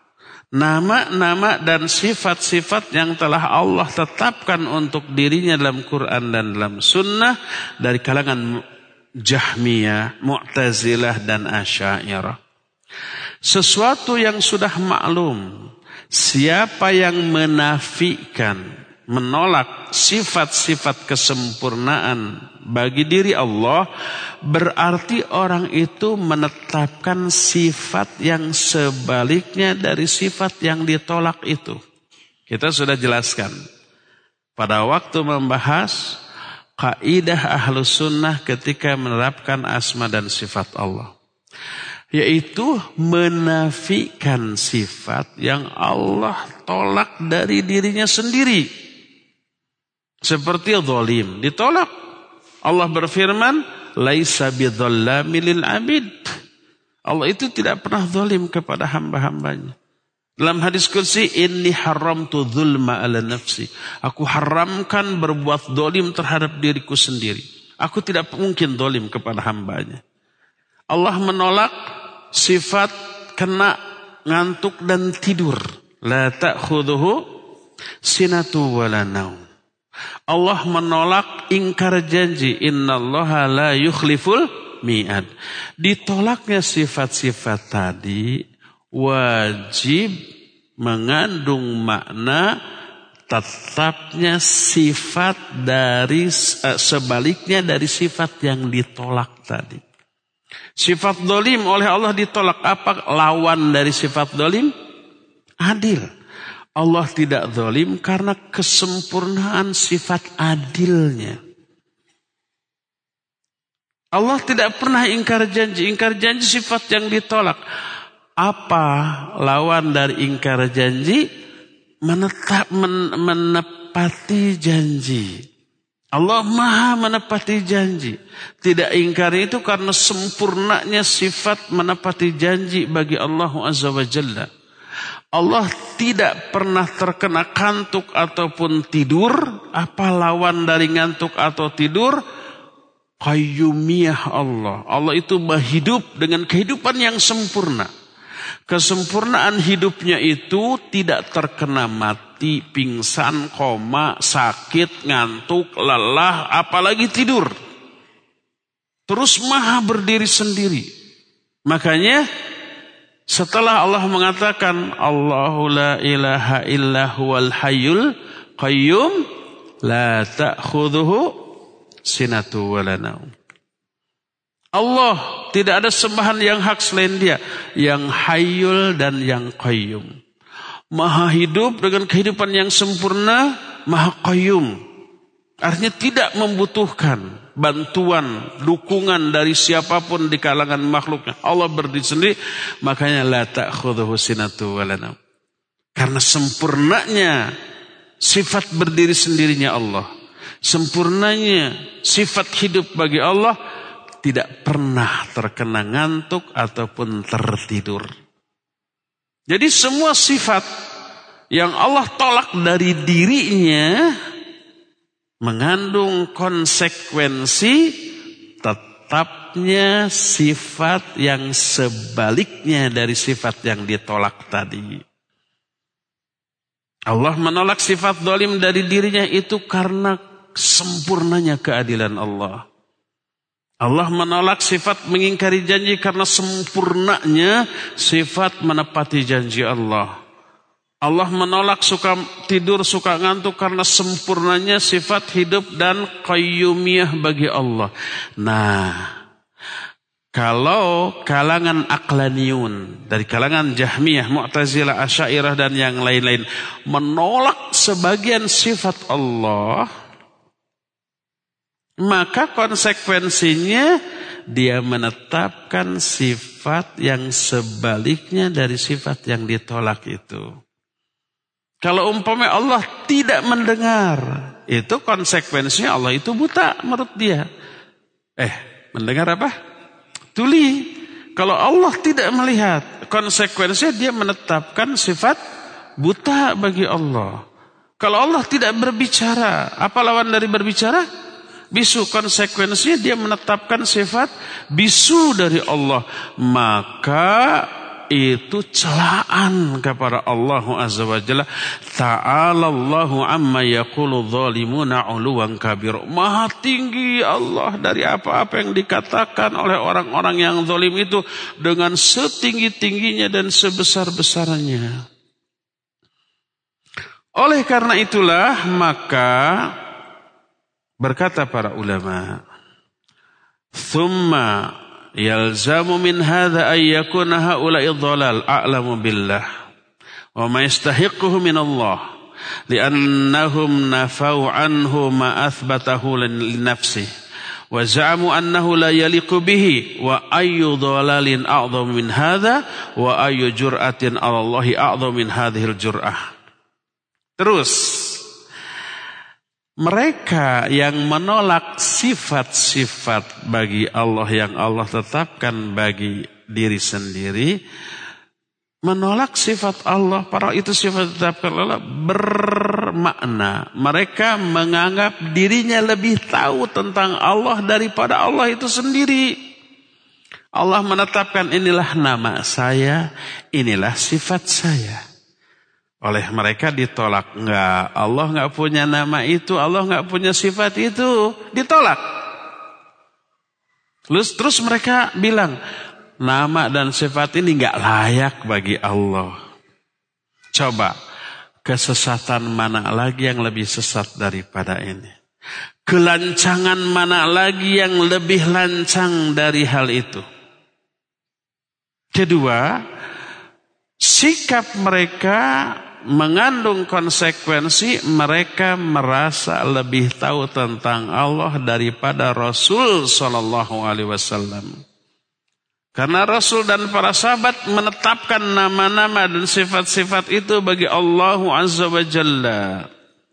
nama-nama dan sifat-sifat yang telah Allah tetapkan untuk dirinya dalam Quran dan dalam Sunnah dari kalangan Jahmiyah, Mu'tazilah dan Asy'ariyah. Sesuatu yang sudah maklum, siapa yang menafikan, menolak sifat-sifat kesempurnaan bagi diri Allah, berarti orang itu menetapkan sifat yang sebaliknya dari sifat yang ditolak itu. Kita sudah jelaskan pada waktu membahas kaidah Ahlus Sunnah ketika menerapkan asma dan sifat Allah, yaitu menafikan sifat yang Allah tolak dari dirinya sendiri. Seperti zalim, ditolak. Allah berfirman, laisa bidzallamin lil abid. Allah itu tidak pernah zalim kepada hamba-hambanya. Dalam hadis qudsi, inni haramtu dzulma ala nafsi. Aku haramkan berbuat zalim terhadap diriku sendiri. Aku tidak mungkin zalim kepada hambanya. Allah menolak sifat kena, ngantuk dan tidur. La ta'khudhuhu sinatu wala naum. Allah menolak ingkar janji. Innallaha la yukhliful mi'ad. Ditolaknya sifat-sifat tadi wajib mengandung makna tetapnya sifat dari uh, sebaliknya dari sifat yang ditolak tadi. Sifat zalim oleh Allah ditolak. Apa lawan dari sifat zalim? Adil. Allah tidak zalim karena kesempurnaan sifat adilnya. Allah tidak pernah ingkar janji. Ingkar janji sifat yang ditolak. Apa lawan dari ingkar janji? Menetap, men, menepati janji. Allah maha menepati janji. Tidak ingkar itu karena sempurnanya sifat menepati janji bagi Allah Azza wa Jalla. Allah tidak pernah terkena kantuk ataupun tidur. Apa lawan dari ngantuk atau tidur? Qayyumiyah Allah. Allah itu hidup dengan kehidupan yang sempurna. Kesempurnaan hidupnya itu tidak terkena mati, pingsan, koma, sakit, ngantuk, lelah, apalagi tidur. Terus maha berdiri sendiri. Makanya setelah Allah mengatakan Allahu la ilaha illa huwal hayyul qayyum la ta'khudhuhu sinatu wala naum. Allah tidak ada sembahan yang hak selain Dia, yang hayyul dan yang qayyum. Maha hidup dengan kehidupan yang sempurna, maha qayyum. Artinya tidak membutuhkan bantuan, dukungan dari siapapun di kalangan makhluknya. Allah berdiri sendiri, makanya la ta'khudhuhu sinatu wala naum. Karena sempurnanya sifat berdiri sendirinya Allah, sempurnanya sifat hidup bagi Allah, tidak pernah terkena ngantuk ataupun tertidur. Jadi semua sifat yang Allah tolak dari dirinya mengandung konsekuensi tetap menetapnya sifat yang sebaliknya dari sifat yang ditolak tadi. Allah menolak sifat zalim dari dirinya itu karena sempurnanya keadilan Allah. Allah menolak sifat mengingkari janji karena sempurnanya sifat menepati janji Allah. Allah menolak suka tidur, suka ngantuk karena sempurnanya sifat hidup dan qayyumiyah bagi Allah. Nah, kalau kalangan aqlaniyun dari kalangan Jahmiyah, Mu'tazilah, Asy'ariyah dan yang lain-lain menolak sebagian sifat Allah, maka konsekuensinya dia menetapkan sifat yang sebaliknya dari sifat yang ditolak itu. Kalau umpamanya Allah tidak mendengar, itu konsekuensinya Allah itu buta menurut dia. Eh, mendengar apa? Tuli. Kalau Allah tidak melihat, konsekuensinya dia menetapkan sifat buta bagi Allah. Kalau Allah tidak berbicara, apa lawan dari berbicara? Bisu. Konsekuensinya dia menetapkan sifat bisu dari Allah. Maka itu celaan kepada Allah Azza wa Jalla. Ta'ala Allahu amma yaqulu zalimuna 'uluwan kabir. Maha tinggi Allah dari apa-apa yang dikatakan oleh orang-orang yang zalim itu dengan setinggi-tingginya dan sebesar-besarnya. Oleh karena itulah maka berkata para ulama, "Tsumma yalzamu min hadha ay yakuna haula'i dhalal a'lamu billah wa ma yastahiquhu min Allah li'annahum nafau anhu ma athbatahu li nafsihi wa za'amu annahu la yaliqu bihi wa ayyu dhalalin a'dhamu min hadha wa ayyu jur'atin 'ala Allahi a'dhamu min hadhihi al-jur'ah." Terus mereka yang menolak sifat-sifat bagi Allah yang Allah tetapkan bagi diri sendiri, menolak sifat Allah, para itu sifat tetapkan Allah bermakna mereka menganggap dirinya lebih tahu tentang Allah daripada Allah itu sendiri. Allah menetapkan inilah nama saya, inilah sifat saya. Oleh mereka ditolak. Enggak, Allah enggak punya nama itu, Allah enggak punya sifat itu. Ditolak. Terus, terus mereka bilang, nama dan sifat ini enggak layak bagi Allah. Coba, kesesatan mana lagi yang lebih sesat daripada ini? Kelancangan mana lagi yang lebih lancang dari hal itu? Kedua, sikap mereka mengandung konsekuensi mereka merasa lebih tahu tentang Allah daripada Rasul sallallahu alaihi wasallam. Karena Rasul dan para sahabat menetapkan nama-nama dan sifat-sifat itu bagi Allah Azza wa Jalla.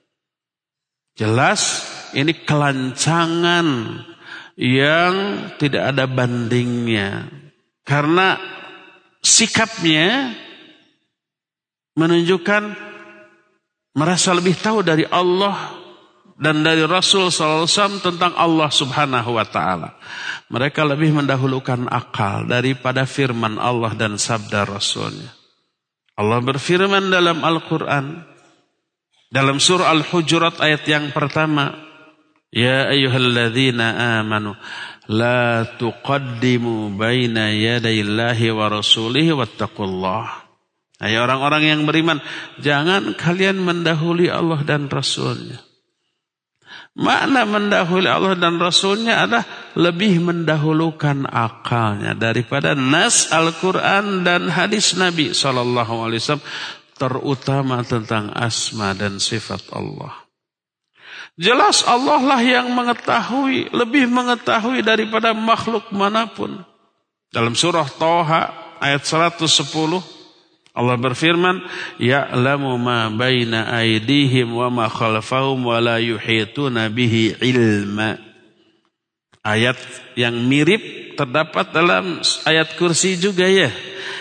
Jelas ini kelancangan yang tidak ada bandingnya. Karena sikapnya menunjukkan merasa lebih tahu dari Allah dan dari Rasul sallallahu alaihi wasallam tentang Allah Subhanahu wa taala. Mereka lebih mendahulukan akal daripada firman Allah dan sabda Rasulnya. Allah berfirman dalam Al-Qur'an dalam surah Al-Hujurat ayat yang pertama, "Ya ayyuhalladzina amanu la tuqaddimu baina yadayillahi wa rasulihi wattaqullah." Hai orang-orang yang beriman, jangan kalian mendahului Allah dan Rasulnya. Makna mendahului Allah dan Rasulnya adalah lebih mendahulukan akalnya daripada nas Al-Quran dan hadis Nabi sallallahu alaihi wasallam, terutama tentang asma dan sifat Allah. Jelas Allah lah yang mengetahui, lebih mengetahui daripada makhluk manapun. Dalam surah Thaha ayat seratus sepuluh Allah berfirman, "Ya'lamu ma baina aydihim wa ma khalfahum wa la yuhituna bihi ilma." Ayat yang mirip terdapat dalam ayat kursi juga ya.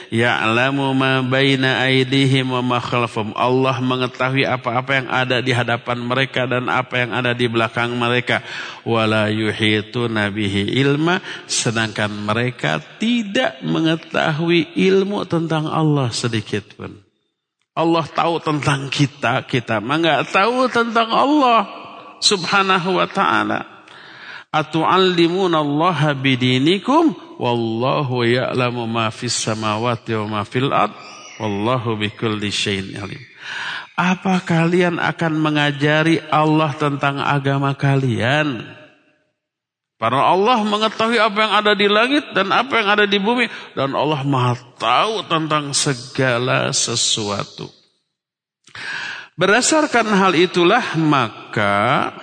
Ya'lamu ma baina aydihim wa ma khalfahum. Allah mengetahui apa-apa yang ada di hadapan mereka dan apa yang ada di belakang mereka. Wala yuhituna bihi ilma, sedangkan mereka tidak mengetahui ilmu tentang Allah sedikit pun. Allah tahu tentang kita, kita mah enggak tahu tentang Allah Subhanahu wa ta'ala. Atu'allimuna Allah bidinikum wallahu ya'lamu ma fis samawati wa ma fil ard wallahu bikulli syai'in alim. Apa kalian akan mengajari Allah tentang agama kalian? Karena Allah mengetahui apa yang ada di langit dan apa yang ada di bumi, dan Allah Maha tahu tentang segala sesuatu. Berdasarkan hal itulah maka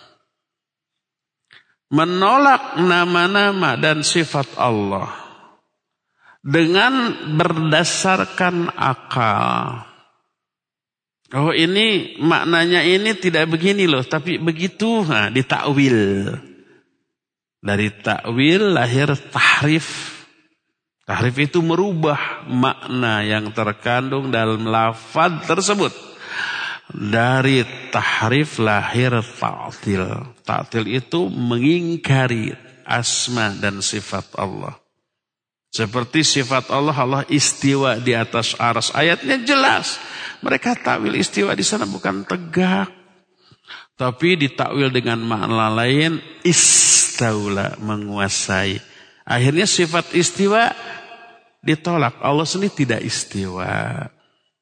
menolak nama-nama dan sifat Allah dengan berdasarkan akal. Oh, ini maknanya ini tidak begini loh, tapi begitu. Nah, ditakwil. Dari takwil lahir tahrif. Tahrif itu merubah makna yang terkandung dalam lafaz tersebut. Dari tahrif lahir ta'til. Ta'til itu mengingkari asma dan sifat Allah. Seperti sifat Allah, Allah istiwa di atas arsy. Ayatnya jelas. Mereka takwil istiwa di sana bukan tegak, tapi ditakwil dengan makna lain, istaula, menguasai. Akhirnya sifat istiwa ditolak. Allah sendiri tidak istiwa.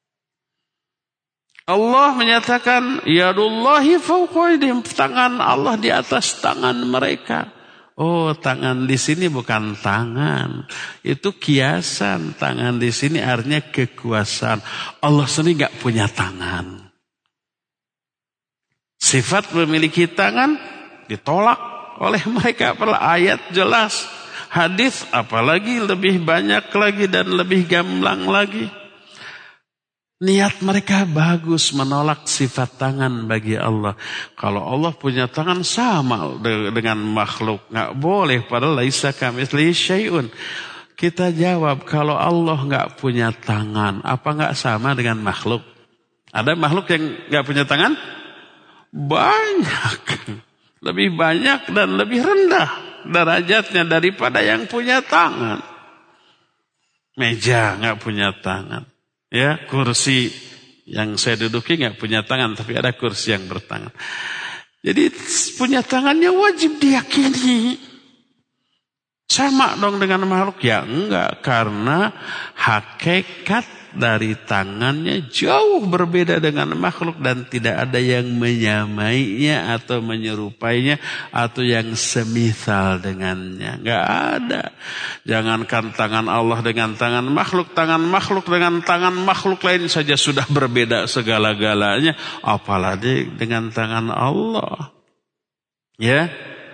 Allah menyatakan yadullahi fawqa aydihim, tangan Allah di atas tangan mereka. Oh, tangan di sini bukan tangan, itu kiasan. Tangan di sini artinya kekuasaan. Allah sendiri enggak punya tangan. Sifat memiliki tangan ditolak oleh mereka. Padahal ayat jelas, hadis apalagi lebih banyak lagi dan lebih gamblang lagi. Niat mereka bagus menolak sifat tangan bagi Allah. Kalau Allah punya tangan sama dengan makhluk, nggak boleh. Padahal laisa kamitslihi syai'un. Kita jawab, kalau Allah nggak punya tangan, apa nggak sama dengan makhluk? Ada makhluk yang nggak punya tangan? Banyak, lebih banyak dan lebih rendah derajatnya daripada yang punya tangan. Meja nggak punya tangan. Ya, kursi yang saya duduki nggak punya tangan, tapi ada kursi yang bertangan. Jadi punya tangannya wajib diyakini. Sama dong dengan makhluk? Ya enggak, karena hakikat dari tangannya jauh berbeda dengan makhluk dan tidak ada yang menyamainya atau menyerupainya atau yang semisal dengannya. Enggak ada. Jangankan tangan Allah dengan tangan makhluk, tangan makhluk dengan tangan makhluk lain saja sudah berbeda segala-galanya, apalagi dengan tangan Allah. Ya.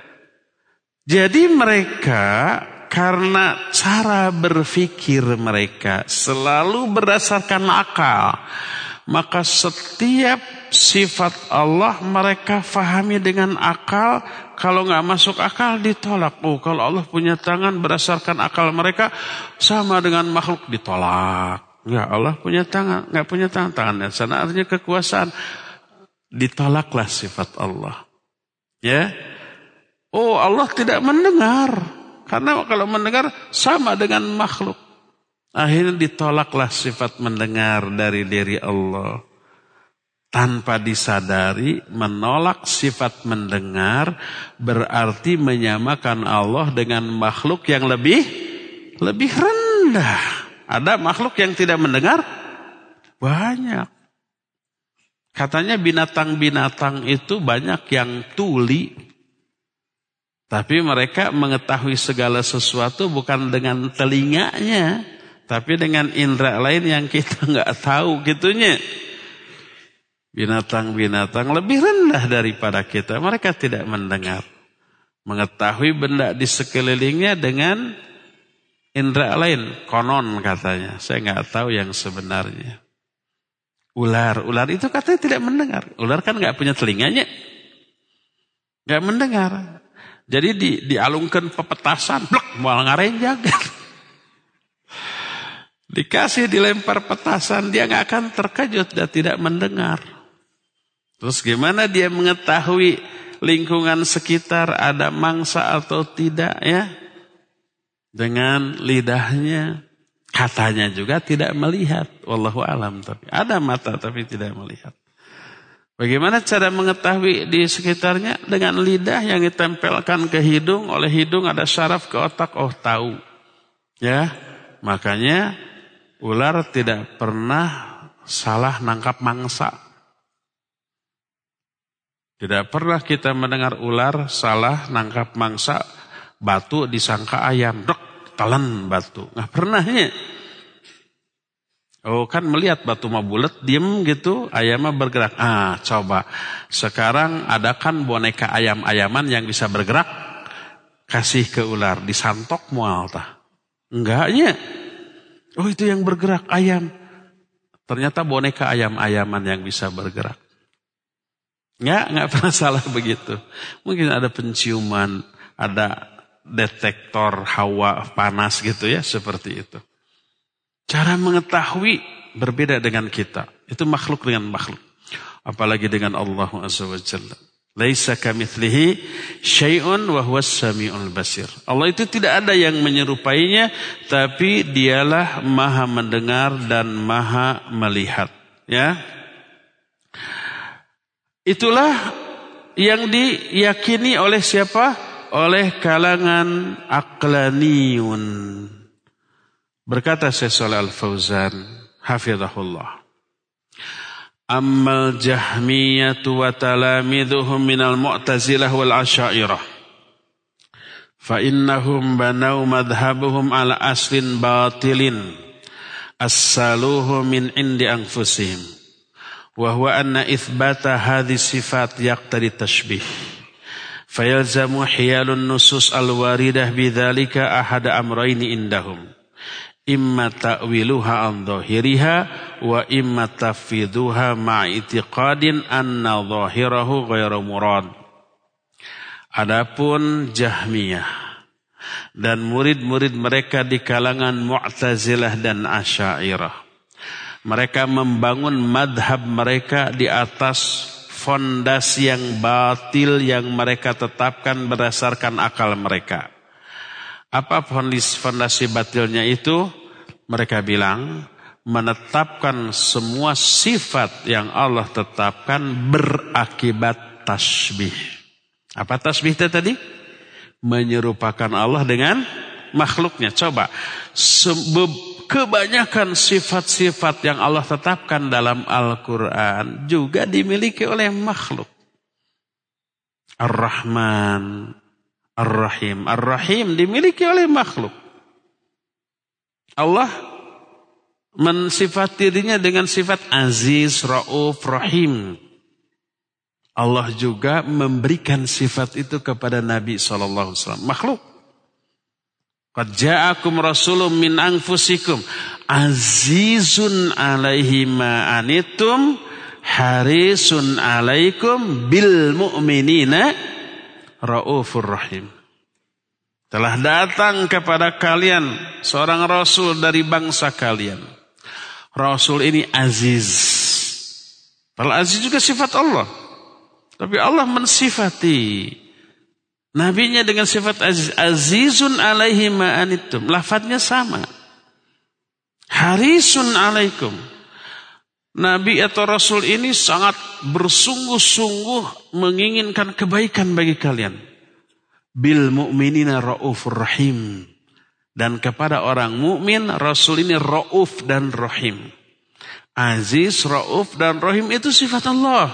Jadi mereka karena cara berpikir mereka selalu berdasarkan akal, maka setiap sifat Allah mereka fahami dengan akal. Kalau nggak masuk akal ditolak. Oh, kalau Allah punya tangan berdasarkan akal mereka sama dengan makhluk, ditolak. Nggak, Allah punya tangan, nggak punya tangan, tangannya sana artinya kekuasaan, ditolaklah sifat Allah. Ya, oh Allah tidak mendengar. Karena kalau mendengar sama dengan makhluk. Akhirnya ditolaklah sifat mendengar dari diri Allah. Tanpa disadari, menolak sifat mendengar berarti menyamakan Allah dengan makhluk yang lebih lebih rendah. Ada makhluk yang tidak mendengar? Banyak. Katanya binatang-binatang itu banyak yang tuli. Tapi mereka mengetahui segala sesuatu bukan dengan telinganya, tapi dengan indera lain yang kita nggak tahu gitunya. Binatang-binatang lebih rendah daripada kita. Mereka tidak mendengar. Mengetahui benda di sekelilingnya dengan indera lain. Konon katanya. Saya nggak tahu yang sebenarnya. Ular. Ular itu katanya tidak mendengar. Ular kan nggak punya telinganya. Nggak mendengar. Jadi di, dialungkan pepetasan, blok, malah ngarenjak. Dikasih dilempar petasan, dia nggak akan terkejut dan tidak mendengar. Terus gimana dia mengetahui lingkungan sekitar ada mangsa atau tidak ya? Dengan lidahnya. Katanya juga tidak melihat. Wallahu alam. Tapi ada mata tapi tidak melihat. Bagaimana cara mengetahui di sekitarnya? Dengan lidah yang ditempelkan ke hidung. Oleh hidung ada syaraf ke otak. Oh tahu. Ya, makanya ular tidak pernah salah nangkap mangsa. Tidak pernah kita mendengar ular salah nangkap mangsa. Batu disangka ayam. Dok. Telan batu. Nggak pernahnya. Oh kan melihat batu mah bulat, diem gitu, ayamnya bergerak. Ah coba. Sekarang adakan boneka ayam-ayaman yang bisa bergerak. Kasih ke ular. Disantok mual tah. Enggaknya. Oh itu yang bergerak ayam. Ternyata boneka ayam-ayaman yang bisa bergerak. Nggak, nggak pernah salah begitu. Mungkin ada penciuman, ada detektor hawa panas gitu ya, seperti itu. Cara mengetahui berbeda dengan kita. Itu makhluk dengan makhluk. Apalagi dengan Allah Azza wa Jalla. Laisa kamitslihi syai'un wa huwas samiul basir. Allah itu tidak ada yang menyerupainya, tapi dialah maha mendengar dan maha melihat. Ya. Itulah yang diyakini oleh siapa? Oleh kalangan aqlaniyun. Berkata Syekh Shalih Al-Fauzan hafizahullah, ammal jahmiyatu wa talamidhuhum minal mu'tazilah wal asy'ariyah fa innahum banaw madhhabuhum ala aslin batilin assaluhu min indi anfusihim wa huwa anna itsbata hadhihi sifat yaqtadi tashbih. Fayalzamu hiyalun nusus al-waridah bidzalika ahada amrayni indahum. Imma ta'wiluha an dhahiriha wa imma tafidhuha ma'itiqadin anna dhahirahu ghairu murad. Adapun Jahmiyah dan murid-murid mereka di kalangan Mu'tazilah dan Asy'ariyah, mereka membangun madhab mereka di atas fondasi yang batil yang mereka tetapkan berdasarkan akal mereka. Apa fondasi batilnya itu? Mereka bilang menetapkan semua sifat yang Allah tetapkan berakibat tasbih. Apa tasbih itu tadi? Menyerupakan Allah dengan makhluknya. Coba, kebanyakan sifat-sifat yang Allah tetapkan dalam Al-Quran juga dimiliki oleh makhluk. Ar-Rahman, Ar-Rahim. Ar-Rahim dimiliki oleh makhluk. Allah mensifat dirinya dengan sifat Aziz, Rauf, Rahim. Allah juga memberikan sifat itu kepada Nabi shallallahu alaihi wasallam. Makhluk. Qad ja'akum rasulun min anfusikum azizun alaihi ma anittum harisun alaikum bil mu'minina raufur rahim. Telah datang kepada kalian seorang rasul dari bangsa kalian. Rasul ini aziz. Padahal aziz juga sifat Allah. Tapi Allah mensifati nabinya dengan sifat aziz. Azizun alaihi ma'anittum. Lafadznya sama. Harisun alaikum. Nabi atau Rasul ini sangat bersungguh-sungguh menginginkan kebaikan bagi kalian. Bil mu'minina ra'ufur rahim. Dan kepada orang mukmin Rasul ini ra'uf dan rahim. Aziz, ra'uf dan rahim itu sifat Allah.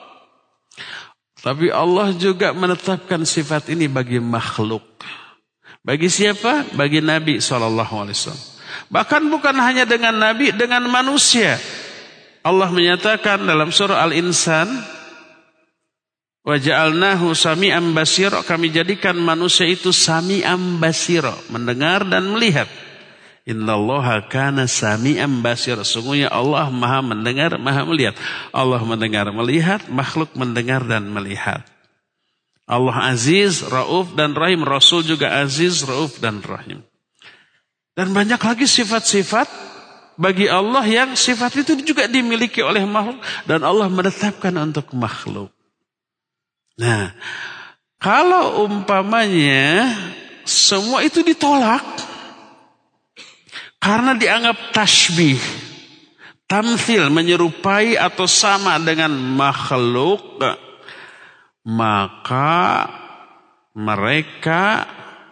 Tapi Allah juga menetapkan sifat ini bagi makhluk. Bagi siapa? Bagi Nabi shallallahu alaihi wasallam. Bahkan bukan hanya dengan Nabi, dengan manusia. Allah menyatakan dalam surah Al-Insan, wa ja'alnahu sami'an basira, kami jadikan manusia itu sami'an basira, mendengar dan melihat. Innallaha kana sami'an basira, sungguhnya Allah Maha mendengar, Maha melihat. Allah mendengar, melihat, makhluk mendengar dan melihat. Allah Aziz, Rauf dan Rahim. Rasul juga Aziz, Rauf dan Rahim. Dan banyak lagi sifat-sifat bagi Allah yang sifat itu juga dimiliki oleh makhluk dan Allah menetapkan untuk makhluk. Nah, kalau umpamanya semua itu ditolak karena dianggap tasbih, tamthil, menyerupai atau sama dengan makhluk, maka mereka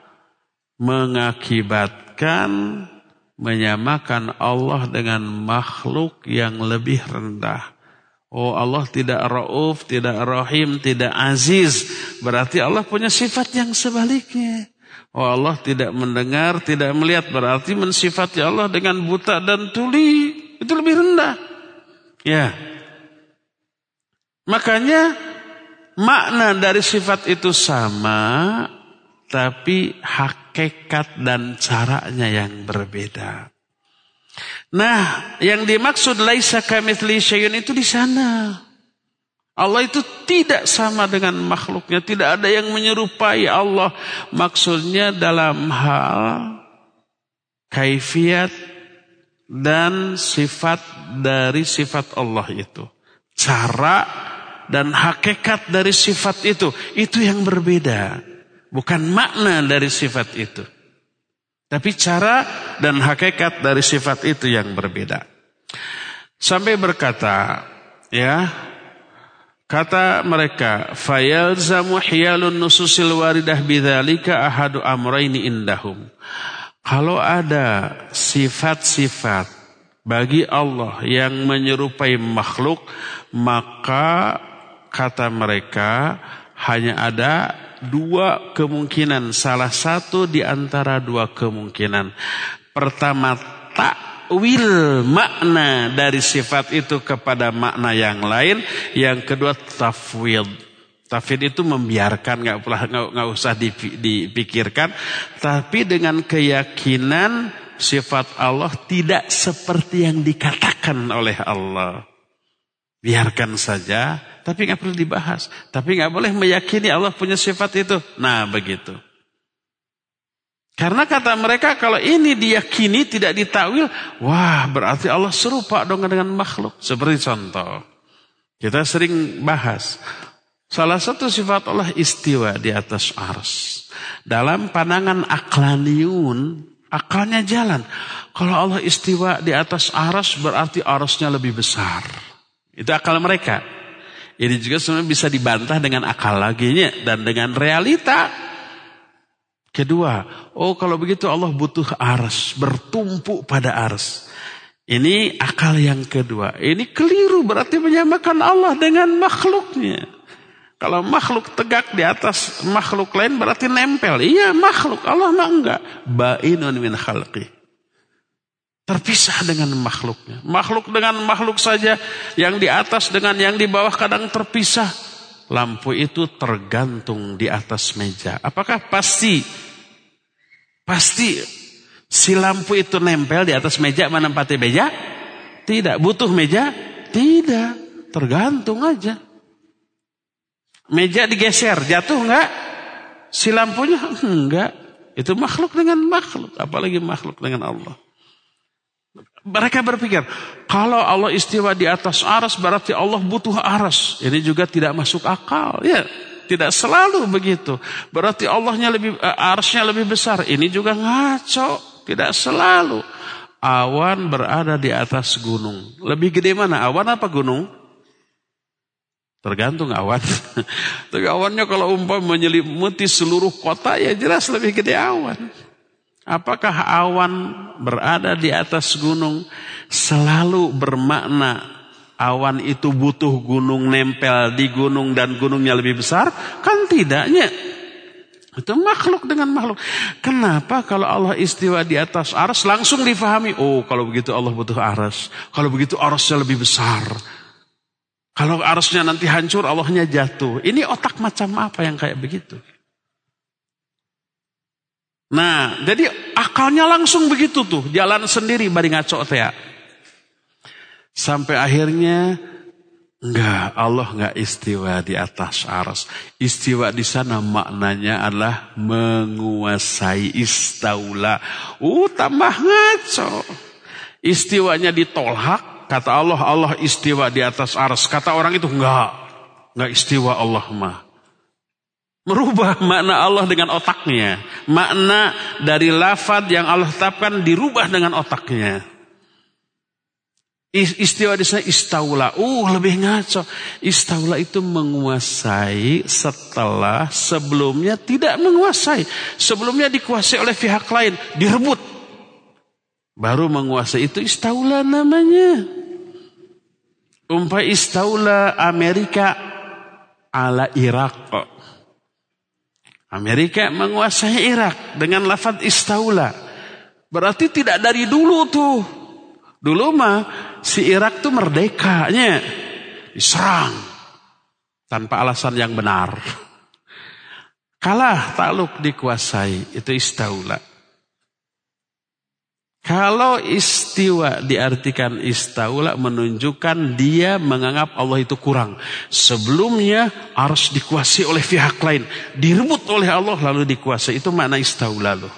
mengakibatkan menyamakan Allah dengan makhluk yang lebih rendah. Oh, Allah tidak Rauf, tidak Rahim, tidak Aziz. Berarti Allah punya sifat yang sebaliknya. Oh, Allah tidak mendengar, tidak melihat. Berarti mensifati Allah dengan buta dan tuli. Itu lebih rendah. Ya. Makanya makna dari sifat itu sama, tapi hakikat dan caranya yang berbeda. Nah, yang dimaksud laisa kamitslihi syai'un itu di sana. Allah itu tidak sama dengan makhluknya, tidak ada yang menyerupai Allah. Maksudnya dalam hal kaifiat dan sifat dari sifat Allah itu. Cara dan hakikat dari sifat itu, itu yang berbeda. Bukan makna dari sifat itu. Tapi cara dan hakikat dari sifat itu yang berbeda. Sampai berkata, ya, kata mereka, fayalzamu hiyalun nususil waridah bidzalika ahadu amrayni indahum. Kalau ada sifat-sifat bagi Allah yang menyerupai makhluk, maka kata mereka hanya ada dua kemungkinan, salah satu di antara dua kemungkinan. Pertama, takwil makna dari sifat itu kepada makna yang lain. Yang kedua, tafwid. Tafwid itu membiarkan, nggak nggak usah dipikirkan, tapi dengan keyakinan sifat Allah tidak seperti yang dikatakan oleh Allah. Biarkan saja, tapi nggak perlu dibahas. Tapi nggak boleh meyakini Allah punya sifat itu. Nah, begitu. Karena kata mereka kalau ini diyakini tidak ditakwil, wah berarti Allah serupa dong dengan makhluk. Seperti contoh, kita sering bahas. Salah satu sifat Allah istiwa di atas arsy. Dalam pandangan aklaniun, akalnya jalan. Kalau Allah istiwa di atas arsy berarti arsy-nya lebih besar. Itu akal mereka. Ini juga sebenarnya bisa dibantah dengan akal laginya dan dengan realita. Kedua, oh kalau begitu Allah butuh arsy, bertumpu pada arsy. Ini akal yang kedua. Ini keliru, berarti menyamakan Allah dengan makhluknya. Kalau makhluk tegak di atas makhluk lain berarti nempel. Iya makhluk, Allah mah enggak. Ba'inun min khalqih. Terpisah dengan makhluknya. Makhluk dengan makhluk saja. Yang di atas dengan yang di bawah kadang terpisah. Lampu itu tergantung di atas meja. Apakah pasti? Pasti si lampu itu nempel di atas meja menempati meja? Tidak. Butuh meja? Tidak. Tergantung aja. Meja digeser. Jatuh enggak? Si lampunya? Enggak. Itu makhluk dengan makhluk. Apalagi makhluk dengan Allah. Mereka berpikir, kalau Allah istiwa di atas arsy berarti Allah butuh arsy. Ini juga tidak masuk akal. Ya, tidak selalu begitu. Berarti Allahnya lebih, arsy-nya lebih besar. Ini juga ngaco. Tidak selalu. Awan berada di atas gunung. Lebih gede mana? Awan apa gunung? Tergantung awan. Tapi awannya kalau umpam menyelimuti seluruh kota, ya jelas lebih gede awan. Apakah awan berada di atas gunung selalu bermakna awan itu butuh gunung nempel di gunung dan gunungnya lebih besar? Kan tidaknya. Itu makhluk dengan makhluk. Kenapa kalau Allah istiwa di atas arsy langsung difahami? Oh kalau begitu Allah butuh arsy. Kalau begitu arsy-nya lebih besar. Kalau arsy-nya nanti hancur Allahnya jatuh. Ini otak macam apa yang kayak begitu? Nah, jadi akalnya langsung begitu tuh, jalan sendiri bari ngaco teh. Sampai akhirnya enggak, Allah enggak istiwa di atas arsy. Istiwa di sana maknanya adalah menguasai, istaula. Uh, tambah ngaco. Istiwanya ditolak, kata Allah, Allah istiwa di atas arsy. Kata orang itu enggak, enggak istiwa Allah mah. Merubah makna Allah dengan otaknya. Makna dari lafaz yang Allah tetapkan dirubah dengan otaknya. Istiwa di sana istaula. Uh, lebih ngaco. Istaula itu menguasai setelah sebelumnya tidak menguasai. Sebelumnya dikuasai oleh pihak lain, direbut. Baru menguasai, itu istaula namanya. Umpama istaula Amerika ala Irak. Amerika menguasai Irak dengan lafaz istaula. Berarti tidak dari dulu tuh. Dulu mah si Irak tuh merdekanya diserang tanpa alasan yang benar. Kalah, takluk, dikuasai, itu istaula. Kalau istiwa diartikan istaula menunjukkan dia menganggap Allah itu kurang. Sebelumnya harus dikuasai oleh pihak lain, direbut oleh Allah lalu dikuasai. Itu makna istaula loh.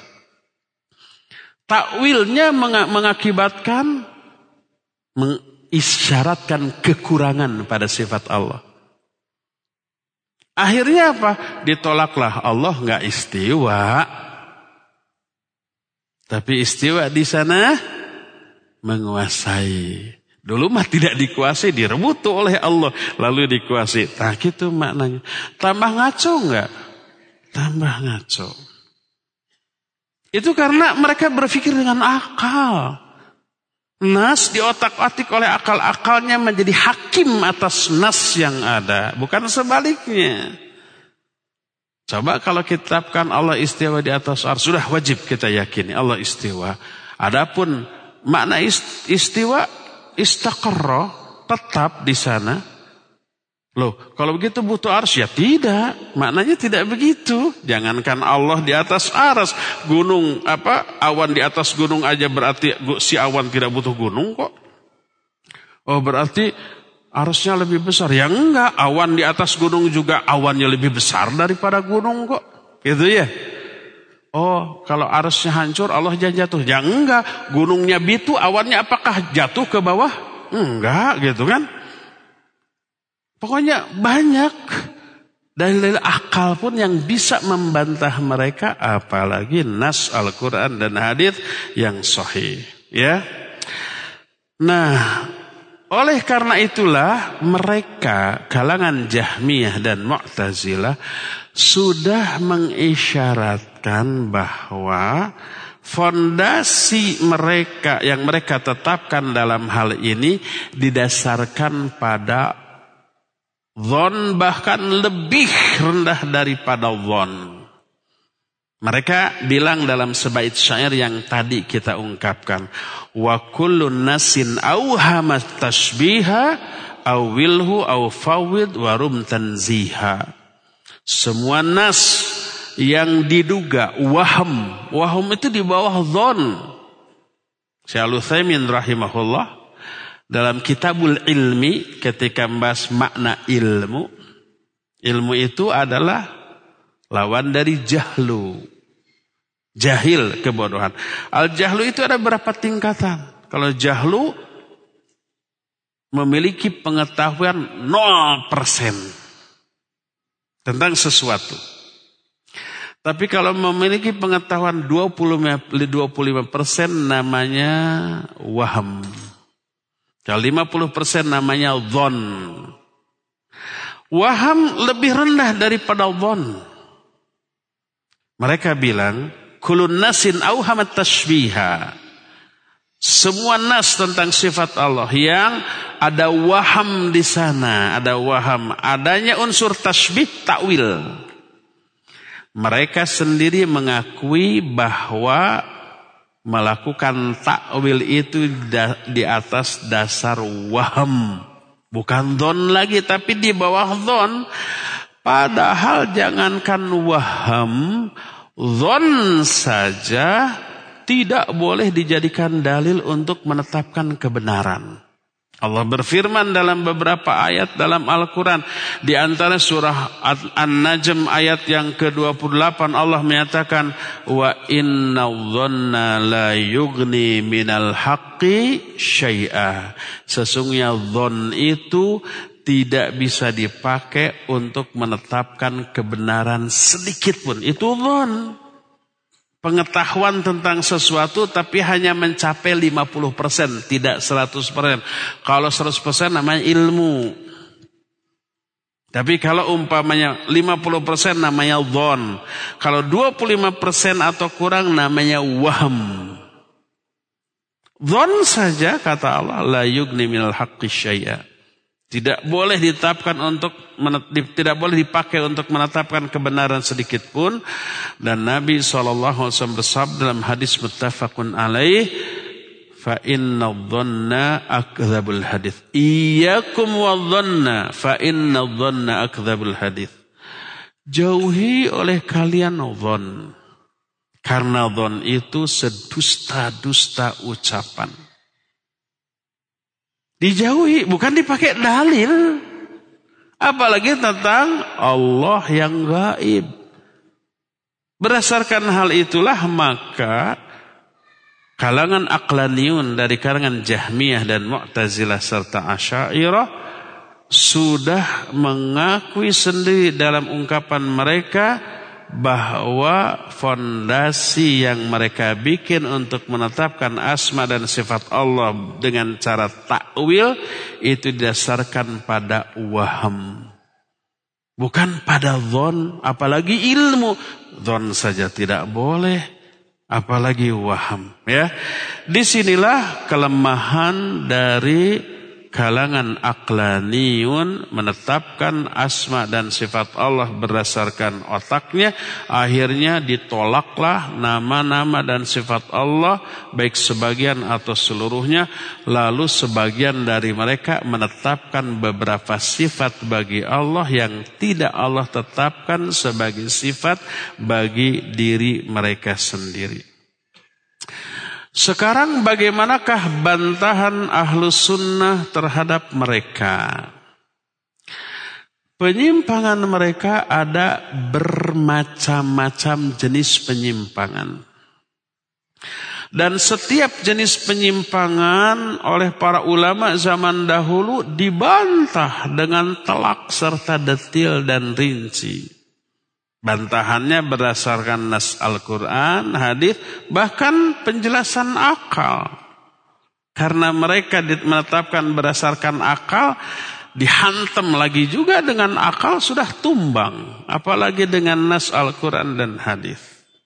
Takwilnya mengakibatkan, mengisyaratkan kekurangan pada sifat Allah. Akhirnya apa? Ditolaklah, Allah nggak istiwa. Tapi istiwa di sana menguasai. Dulu mah tidak dikuasai, direbut oleh Allah lalu dikuasai. Nah gitu maknanya. Tambah ngaco enggak? Tambah ngaco. Itu karena mereka berpikir dengan akal. Nas diotak-atik oleh akal-akalnya menjadi hakim atas nas yang ada, bukan sebaliknya. Coba kalau kita tetapkan Allah istiwa di atas arsy, sudah wajib kita yakini Allah istiwa. Adapun makna istiwa istaqarra, tetap di sana. Loh, kalau begitu butuh arsy? Ya tidak, maknanya tidak begitu. Jangankan Allah di atas arsy, gunung apa awan di atas gunung aja berarti si awan tidak butuh gunung kok. Oh, berarti arsy-nya lebih besar. Ya enggak, awan di atas gunung juga awannya lebih besar daripada gunung kok. Gitu ya. Oh, kalau arsy-nya hancur Allah jangan jatuh. Ya enggak, gunungnya bitu, awannya apakah jatuh ke bawah? Enggak, gitu kan. Pokoknya banyak dalil akal pun yang bisa membantah mereka, apalagi nas Al-Quran dan hadits yang sahih. Ya. Nah, oleh karena itulah mereka kalangan Jahmiyah dan Mu'tazilah sudah mengisyaratkan bahwa fondasi mereka yang mereka tetapkan dalam hal ini didasarkan pada dzon, bahkan lebih rendah daripada dzon. Mereka bilang dalam sebait syair yang tadi kita ungkapkan, wa kullun nasin auhama tashbiha awilhu aw fawid warum tanziha. Semua nas yang diduga waham, waham itu di bawah dzon. Syekh Al-Utsaimin rahimahullah dalam Kitabul Ilmi ketika membahas makna ilmu, ilmu itu adalah lawan dari jahlu. Jahil, kebodohan. Al-jahlu itu ada berapa tingkatan. Kalau jahlu memiliki pengetahuan nol persen tentang sesuatu. Tapi kalau memiliki pengetahuan dua puluh lima persen namanya waham. Kalau lima puluh persen namanya dzon. Waham lebih rendah daripada dzon. Mereka bilang kulun nasin auhamat tashbiha. Semua nas tentang sifat Allah yang ada waham di sana, ada waham, adanya unsur tashbih, takwil. Mereka sendiri mengakui bahwa melakukan takwil itu di atas dasar waham, bukan dzon lagi, tapi di bawah dzon. Padahal jangankan waham, dzon saja tidak boleh dijadikan dalil untuk menetapkan kebenaran. Allah berfirman dalam beberapa ayat dalam Al-Quran. Di antara surah An-Najm ayat yang ke dua puluh delapan Allah menyatakan, wa inna dhanna la yughni minal haqqi syai'a. Sesungguhnya dhon itu tidak bisa dipakai untuk menetapkan kebenaran sedikit pun. Itu dhon. Pengetahuan tentang sesuatu tapi hanya mencapai lima puluh persen, tidak seratus persen. Kalau seratus persen namanya ilmu. Tapi kalau umpamanya lima puluh persen namanya dhon. Kalau dua puluh lima persen atau kurang namanya waham. Dhon saja kata Allah, la yughni minal haqqi syai'a. Tidak boleh ditetapkan untuk tidak boleh dipakai untuk menetapkan kebenaran sedikit pun. Dan Nabi shallallahu alaihi wasallam bersabda dalam hadis muttafaqun alaih, fa inna dhanna akdzabul hadits. Iyyakum wadhanna fa inna dhanna akdzabul hadits. Jauhi oleh kalian dhon, karena dhon itu sedusta-dusta ucapan. Dijauhi, bukan dipakai dalil. Apalagi tentang Allah yang gaib. Berdasarkan hal itulah maka kalangan aqlaniyun dari kalangan Jahmiyah dan Mu'tazilah serta Asy'ariyah sudah mengakui sendiri dalam ungkapan mereka bahwa fondasi yang mereka bikin untuk menetapkan asma dan sifat Allah dengan cara takwil itu didasarkan pada waham, bukan pada dhon, apalagi ilmu. Dhon saja tidak boleh, apalagi waham. Ya, disinilah kelemahan dari kalangan aqlaniyun menetapkan asma dan sifat Allah berdasarkan otaknya. Akhirnya ditolaklah nama-nama dan sifat Allah baik sebagian atau seluruhnya. Lalu sebagian dari mereka menetapkan beberapa sifat bagi Allah yang tidak Allah tetapkan sebagai sifat bagi diri mereka sendiri. Sekarang bagaimanakah bantahan Ahlus Sunnah terhadap mereka? Penyimpangan mereka ada bermacam-macam jenis penyimpangan. Dan setiap jenis penyimpangan oleh para ulama zaman dahulu dibantah dengan telak serta detil dan rinci. Bantahannya berdasarkan nas Al-Quran, hadis, bahkan penjelasan akal. Karena mereka menetapkan berdasarkan akal, dihantam lagi juga dengan akal sudah tumbang. Apalagi dengan nas Al-Quran dan hadis.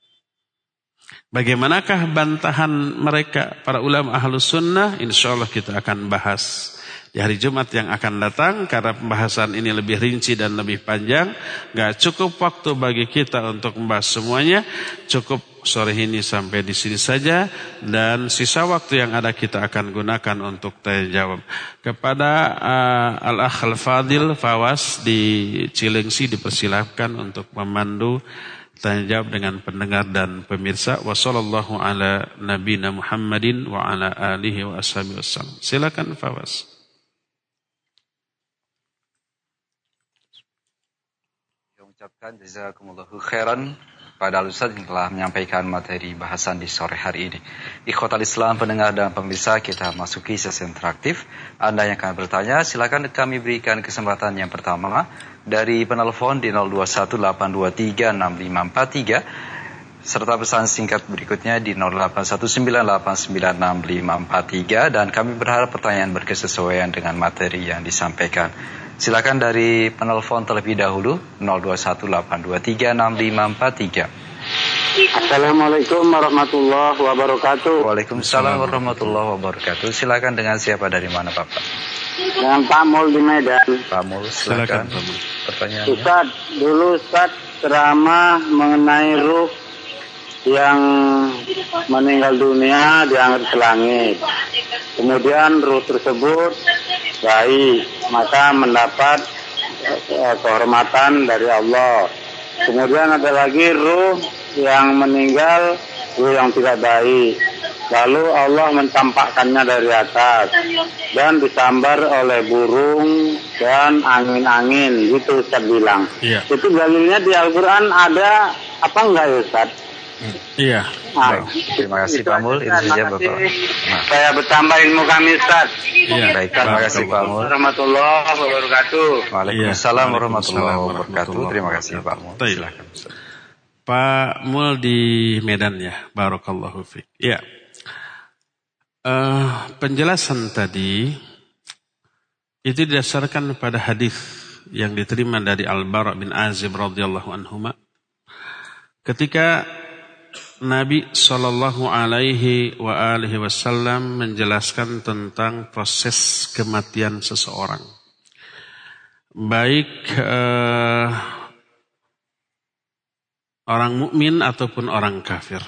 Bagaimanakah bantahan mereka, para ulama Ahlus Sunnah? Insya Allah kita akan bahas di hari Jumat yang akan datang, karena pembahasan ini lebih rinci dan lebih panjang. Gak cukup waktu bagi kita untuk membahas semuanya. Cukup sore ini sampai di sini saja, dan sisa waktu yang ada kita akan gunakan untuk tanya jawab. Kepada uh, Al-Akh Al-Fadil Fawas di Cilengsi dipersilahkan untuk memandu tanya jawab dengan pendengar dan pemirsa. Wassallallahu ala nabiyina Muhammadin wa ala alihi wa ashabihi wasallam. Silakan Fawas. Ucapkan jazakumullahu khairan pada Al-Ustaz yang telah menyampaikan materi bahasan di sore hari ini. Ikhwatal Islam, pendengar dan pemirsa, kita masuki sesi interaktif. Anda yang akan bertanya, silakan kami berikan kesempatan yang pertama dari penelpon di nol dua satu delapan dua tiga enam lima empat tiga serta pesan singkat berikutnya di nol delapan satu sembilan delapan sembilan enam lima empat tiga, dan kami berharap pertanyaan berkesesuaian dengan materi yang disampaikan. Silakan dari penelpon terlebih dahulu nol dua satu delapan dua tiga enam lima empat tiga. Assalamualaikum warahmatullahi wabarakatuh. Waalaikumsalam warahmatullahi wabarakatuh. Silakan dengan siapa, dari mana Bapak? Dengan Pak Mul di Medan. Pak Mul, silakan. Pertanyaannya. Ustaz, dulu Ustaz ceramah mengenai ruh yang meninggal dunia diangkat ke langit. Kemudian ruh tersebut baik, maka mendapat eh, kehormatan dari Allah. Kemudian ada lagi ruh yang meninggal, ruh yang tidak baik. lalu Allah mencapakkannya dari atas dan disambar oleh burung dan angin-angin, gitu Ustaz bilang. Iya. Itu dalilnya di Al-Quran ada apa enggak ya Ustaz? Iya. Nah, Terima kasih Pak Mul, itu saja Bapak. Nah. Saya bertambah ilmu kami Ustaz. Iya. Baik, terima kasih Pak Mul. Warahmatullahi wabarakatuh. Waalaikumsalam warahmatullahi Waalaikumsalam wabarakatuh. Terima kasih Pak Mul. Baik. Silakan. Ustaz. Pak Mul di Medan ya, barakallahu fiik. Ya, uh, penjelasan tadi itu didasarkan pada hadis yang diterima dari Al-Bara bin Azib radhiyallahu anhuma, ketika Nabi Shallallahu Alaihi wa alihi Wasallam menjelaskan tentang proses kematian seseorang, baik uh, orang mukmin ataupun orang kafir.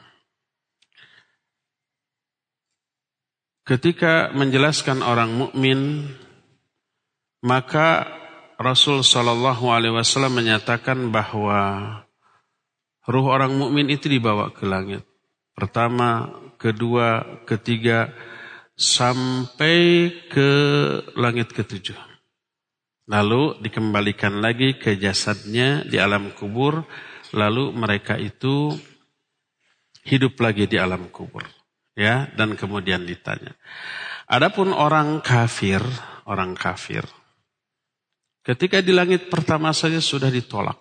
Ketika menjelaskan orang mukmin, maka Rasul Shallallahu Alaihi Wasallam menyatakan bahwa ruh orang mukmin itu dibawa ke langit. Pertama, kedua, ketiga, sampai ke langit ketujuh. Lalu dikembalikan lagi ke jasadnya di alam kubur. Lalu mereka itu hidup lagi di alam kubur, ya, dan kemudian ditanya. Adapun orang kafir, orang kafir, ketika di langit pertama saja sudah ditolak,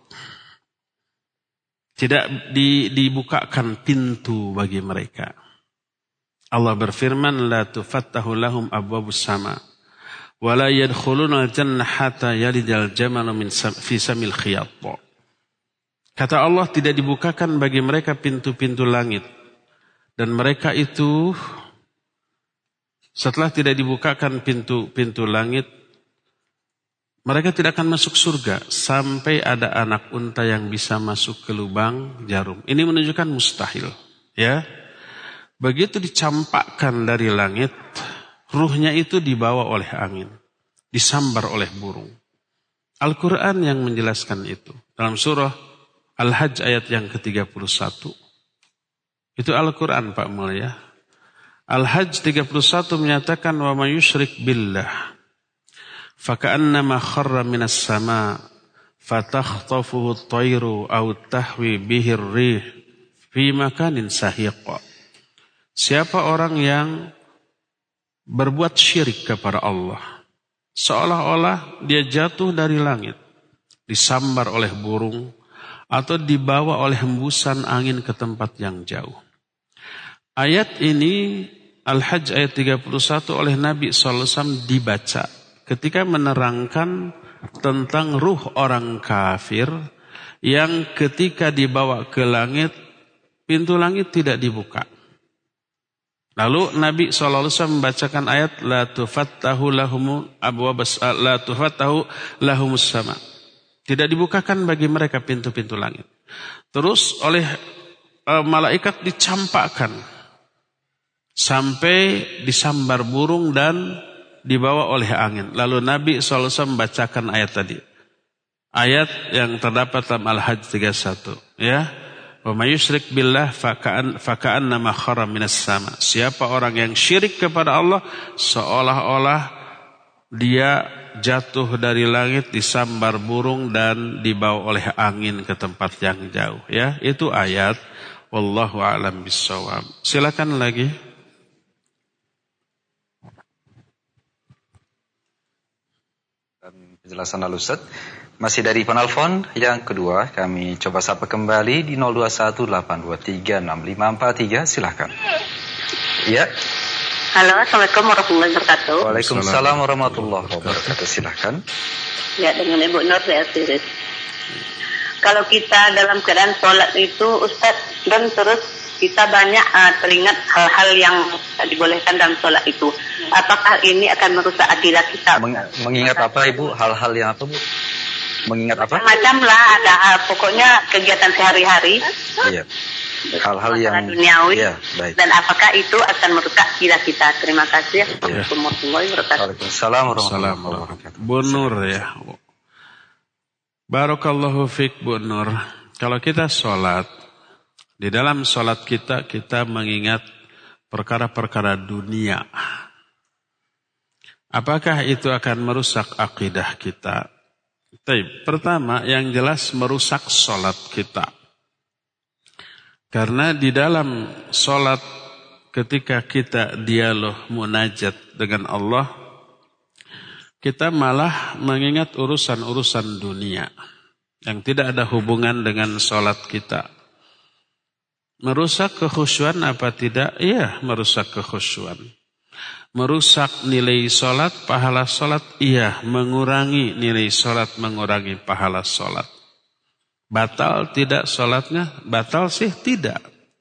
tidak di, dibukakan pintu bagi mereka. Allah berfirman, la tufattahu lahum abwabus sama, wa la yadkhuluna al-jannah hatta yalijal jamalu min fi samil khiyat. Kata Allah, tidak dibukakan bagi mereka pintu-pintu langit. Dan mereka itu, setelah tidak dibukakan pintu-pintu langit, mereka tidak akan masuk surga sampai ada anak unta yang bisa masuk ke lubang jarum. Ini menunjukkan mustahil. Ya, begitu dicampakkan dari langit, ruhnya itu dibawa oleh angin, disambar oleh burung. Al-Quran yang menjelaskan itu. Dalam surah Al-Hajj ayat yang ke tiga puluh satu. Itu Al-Quran Pak Mulia. Al-Hajj tiga puluh satu menyatakan, wa may yusyrik billah faka'annama kharra minas sama fatakhtafuhu at-tayru aw tahwi bihi ar-rih fi makanin sahiq. Siapa orang yang berbuat syirik kepada Allah, seolah-olah dia jatuh dari langit, disambar oleh burung, atau dibawa oleh hembusan angin ke tempat yang jauh. Ayat ini, Al-Hajj ayat tiga puluh satu oleh Nabi shallallahu alaihi wasallam dibaca ketika menerangkan tentang ruh orang kafir yang ketika dibawa ke langit, pintu langit tidak dibuka. Lalu Nabi shallallahu alaihi wasallam membacakan ayat, la tufattahu lahum abwabas la tufattahu lahumus sama. Tidak dibukakan bagi mereka pintu-pintu langit. Terus oleh uh, malaikat dicampakkan sampai disambar burung dan dibawa oleh angin. Lalu Nabi shallallahu alaihi wasallam membacakan ayat tadi. Ayat yang terdapat dalam Al-Hajj tiga puluh satu. Ya. Wa may yusyrik billah faka'an faka'annama khara minas sama. Siapa orang yang syirik kepada Allah, seolah-olah dia jatuh dari langit, disambar burung dan dibawa oleh angin ke tempat yang jauh. Ya, itu ayat. Wallahu a'lam bissawab. Silakan lagi. Dan penjelasan Al-Ustaz. Masih dari penelpon yang kedua, kami coba sapa kembali di nol dua satu delapan dua tiga enam lima empat tiga. Silakan. Ya. Halo, Assalamualaikum warahmatullahi wabarakatuh. Waalaikumsalam warahmatullahi wabarakatuh. Silakan. Ya, dengan Ibu Nur saya Siris. Kalau kita dalam keadaan sholat itu, Ustaz, dan terus kita banyak uh, teringat hal-hal yang dibolehkan dalam sholat itu. Apakah ini akan merusak akidah kita? Meng- mengingat apa Ibu? Hal-hal yang apa Bu? Mengingat apa? Macam lah, ada uh, pokoknya kegiatan sehari-hari. Iya. Hal-hal yang duniawi, ya, baik. Dan apakah itu akan merusak akidah kita? Terima kasih. Warahmatullahi wabarakatuh. Waalaikumsalam warahmatullahi wabarakatuh. Bu Nur ya. Barakallahu fiik Bu Nur. Kalau kita sholat, di dalam sholat kita kita mengingat perkara-perkara dunia. Apakah itu akan merusak akidah kita? Taib. Pertama, yang jelas merusak sholat kita. Karena di dalam sholat ketika kita dialog munajat dengan Allah, kita malah mengingat urusan-urusan dunia yang tidak ada hubungan dengan sholat kita. Merusak kekhusyuan apa tidak? Iya, merusak kekhusyuan. Merusak nilai sholat, pahala sholat? Iya, mengurangi nilai sholat, mengurangi pahala sholat. Batal tidak sholatnya? Batal sih tidak.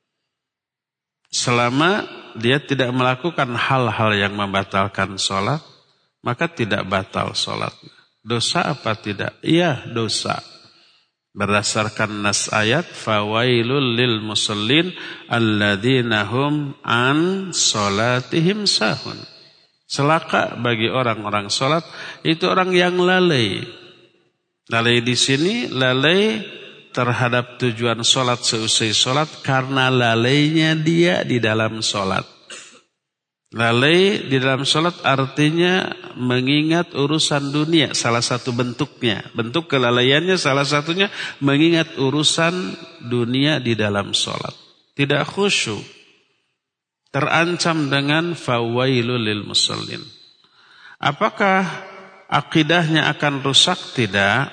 Selama dia tidak melakukan hal-hal yang membatalkan sholat, maka tidak batal sholatnya. Dosa apa tidak? Iya, dosa. Berdasarkan nas ayat, fawailul lil musallin alladzina hum an sholatihim sahun. Celaka bagi orang-orang sholat, itu orang yang lalai. Lalai di sini, lalai terhadap tujuan sholat seusai sholat karena lalainya dia di dalam sholat. Lalai di dalam sholat artinya mengingat urusan dunia, salah satu bentuknya. Bentuk kelalaiannya salah satunya mengingat urusan dunia di dalam sholat. Tidak khusyuk. Terancam dengan fawailul lil musallin. Apakah akidahnya akan rusak? Tidak.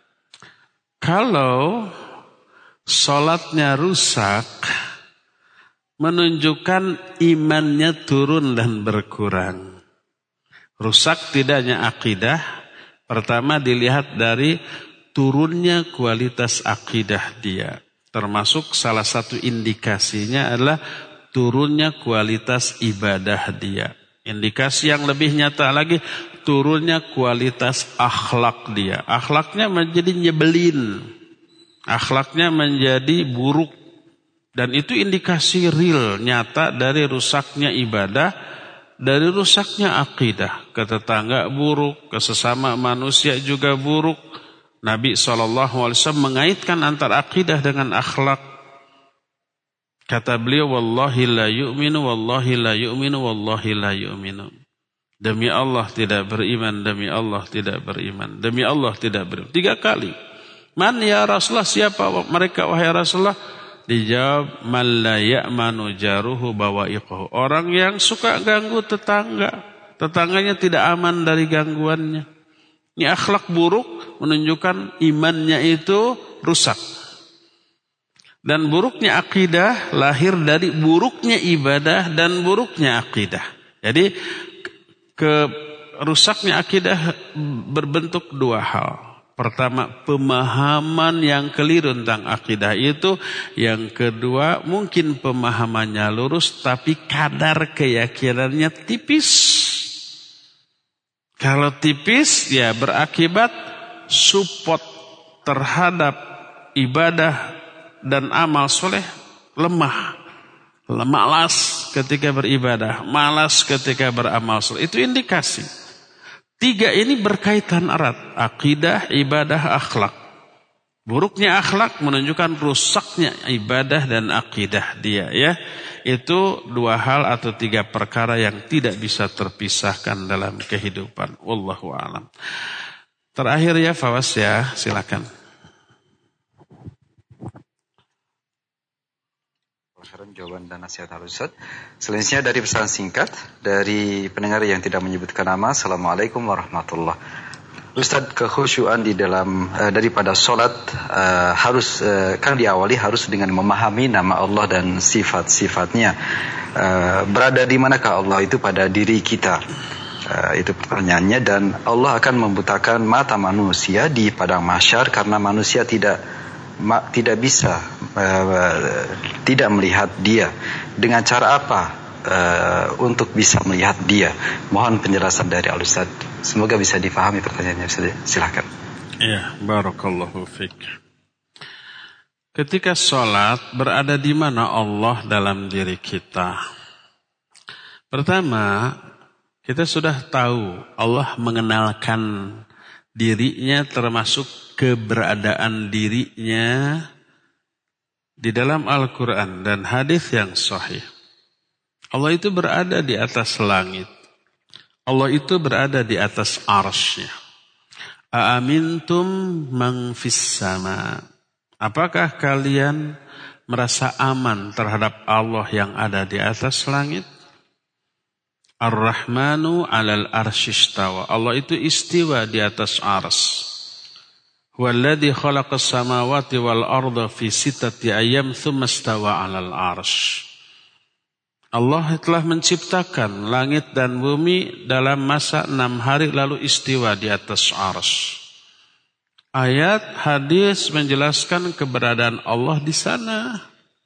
Kalau sholatnya rusak, menunjukkan imannya turun dan berkurang. Rusak tidaknya akidah, pertama dilihat dari turunnya kualitas akidah dia. Termasuk salah satu indikasinya adalah turunnya kualitas ibadah dia. Indikasi yang lebih nyata lagi, turunnya kualitas akhlak dia. Akhlaknya menjadi nyebelin. Akhlaknya menjadi buruk. Dan itu indikasi real, nyata dari rusaknya ibadah, dari rusaknya akidah. Ke tetangga buruk, ke sesama manusia juga buruk. Nabi shallallahu alaihi wasallam mengaitkan antara akidah dengan akhlak. Kata beliau, wallahi la yu'minu, wallahi la yu'minu, wallahi la yu'minu. Demi Allah tidak beriman, demi Allah tidak beriman, demi Allah tidak beriman. Tiga kali. Man ya Rasulullah, siapa mereka wahai Rasulullah? Dijawab, man la ya'manu jaruhu bawa'iqahu. Orang yang suka ganggu tetangga. Tetangganya tidak aman dari gangguannya. Ini akhlak buruk menunjukkan imannya itu rusak. Dan buruknya akidah lahir dari buruknya ibadah dan buruknya akidah. Jadi kerusaknya akidah berbentuk dua hal. Pertama, pemahaman yang keliru tentang akidah itu. Yang kedua, mungkin pemahamannya lurus tapi kadar keyakinannya tipis. Kalau tipis, ya berakibat support terhadap ibadah dan amal soleh lemah. Malas ketika beribadah, malas ketika beramal soleh. Itu indikasi. Tiga ini berkaitan erat. Akidah, ibadah, akhlak. Buruknya akhlak menunjukkan rusaknya ibadah dan akidah dia. Ya, itu dua hal atau tiga perkara yang tidak bisa terpisahkan dalam kehidupan. Wallahu a'lam. Terakhir ya Fawas ya, silakan. Jawaban dan nasihat Al-Ustaz. Selanjutnya dari pesan singkat dari pendengar yang tidak menyebutkan nama. Assalamualaikum warahmatullahi wabarakatuh. Ustaz, kekhusyuan di dalam uh, daripada sholat uh, harus uh, kan diawali harus dengan memahami nama Allah dan sifat-sifatnya. Uh, berada di manakah Allah itu pada diri kita? Uh, itu pertanyaannya. Dan Allah akan membutakan mata manusia di padang mahsyar karena manusia tidak Ma, tidak bisa uh, tidak melihat dia. Dengan cara apa uh, untuk bisa melihat dia? Mohon penjelasan dari Al-Ustaz. Semoga bisa difahami pertanyaannya. Silakan. Ya, barakallahu fiik. Ketika sholat, berada di mana Allah dalam diri kita? Pertama, kita sudah tahu Allah mengenalkan dirinya, termasuk keberadaan dirinya di dalam Al-Quran dan hadis yang sahih. Allah itu berada di atas langit. Allah itu berada di atas arsy-Nya. Aamintum man fis sama. Apakah kalian merasa aman terhadap Allah yang ada di atas langit? Ar-Rahmanu 'alal arsy istawa. Allah itu istiwa di atas arsy. Walladzi khalaqas samawati wal arda fi sittati ayyam tsumma istawa 'alal arsy. Allah telah menciptakan langit dan bumi dalam masa enam hari lalu istiwa di atas arsy. Ayat hadis menjelaskan keberadaan Allah di sana.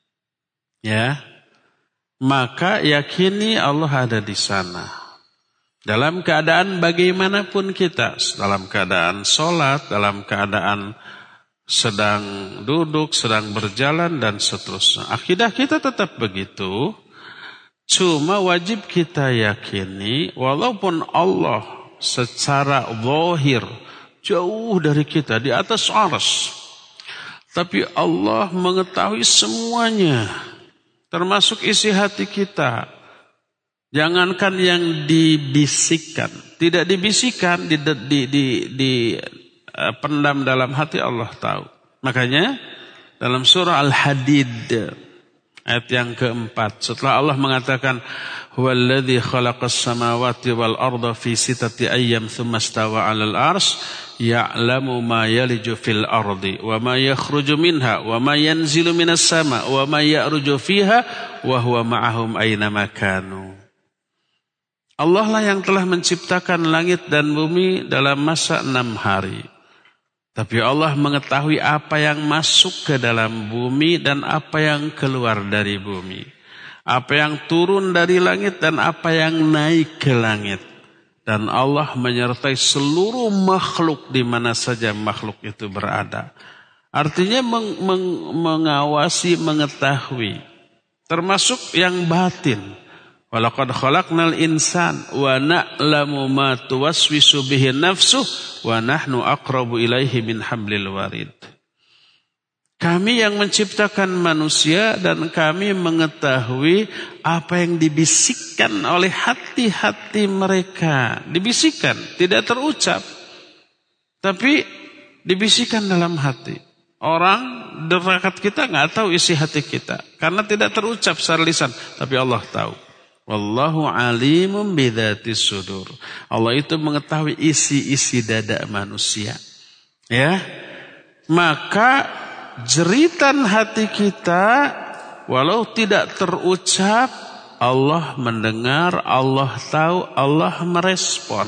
Ya. Maka yakini Allah ada di sana. Dalam keadaan bagaimanapun kita, dalam keadaan sholat, dalam keadaan sedang duduk, sedang berjalan dan seterusnya. Akidah kita tetap begitu. Cuma wajib kita yakini walaupun Allah secara zahir jauh dari kita di atas arsy, tapi Allah mengetahui semuanya. Termasuk isi hati kita. Jangankan yang dibisikkan. Tidak dibisikkan, di, di, di, di uh, pendam dalam hati Allah tahu. Makanya dalam surah Al-Hadid ayat yang keempat. Setelah Allah mengatakan huwallazi khalaqas samawati wal arda fi sittati ayyam tsumma istawa 'alal arsy ya'lamu ma yaliju fil ardi wa ma yakhruju minha wa ma yanzilu minas sama wa ma ya'ruju fiha wa huwa ma'ahum aina ma kanu. Allah lah yang telah menciptakan langit dan bumi dalam masa enam hari. Tapi Allah mengetahui apa yang masuk ke dalam bumi dan apa yang keluar dari bumi. Apa yang turun dari langit dan apa yang naik ke langit. Dan Allah menyertai seluruh makhluk di mana saja makhluk itu berada. Artinya meng, meng, mengawasi, mengetahui. Termasuk yang batin. Walaqad khalaqnal insan wa na'lamu ma tuwaswisu bihi nafsuh wa nahnu aqrabu ilaihi min hablil warid. Kami yang menciptakan manusia dan kami mengetahui apa yang dibisikkan oleh hati-hati mereka. Dibisikkan, tidak terucap. Tapi dibisikkan dalam hati. Orang dekat kita nggak tahu isi hati kita. Karena tidak terucap secara lisan. Tapi Allah tahu. Wallahu alimun bidzatis sudur. Allah itu mengetahui isi-isi dada manusia. Ya. Maka jeritan hati kita walau tidak terucap, Allah mendengar, Allah tahu, Allah merespon.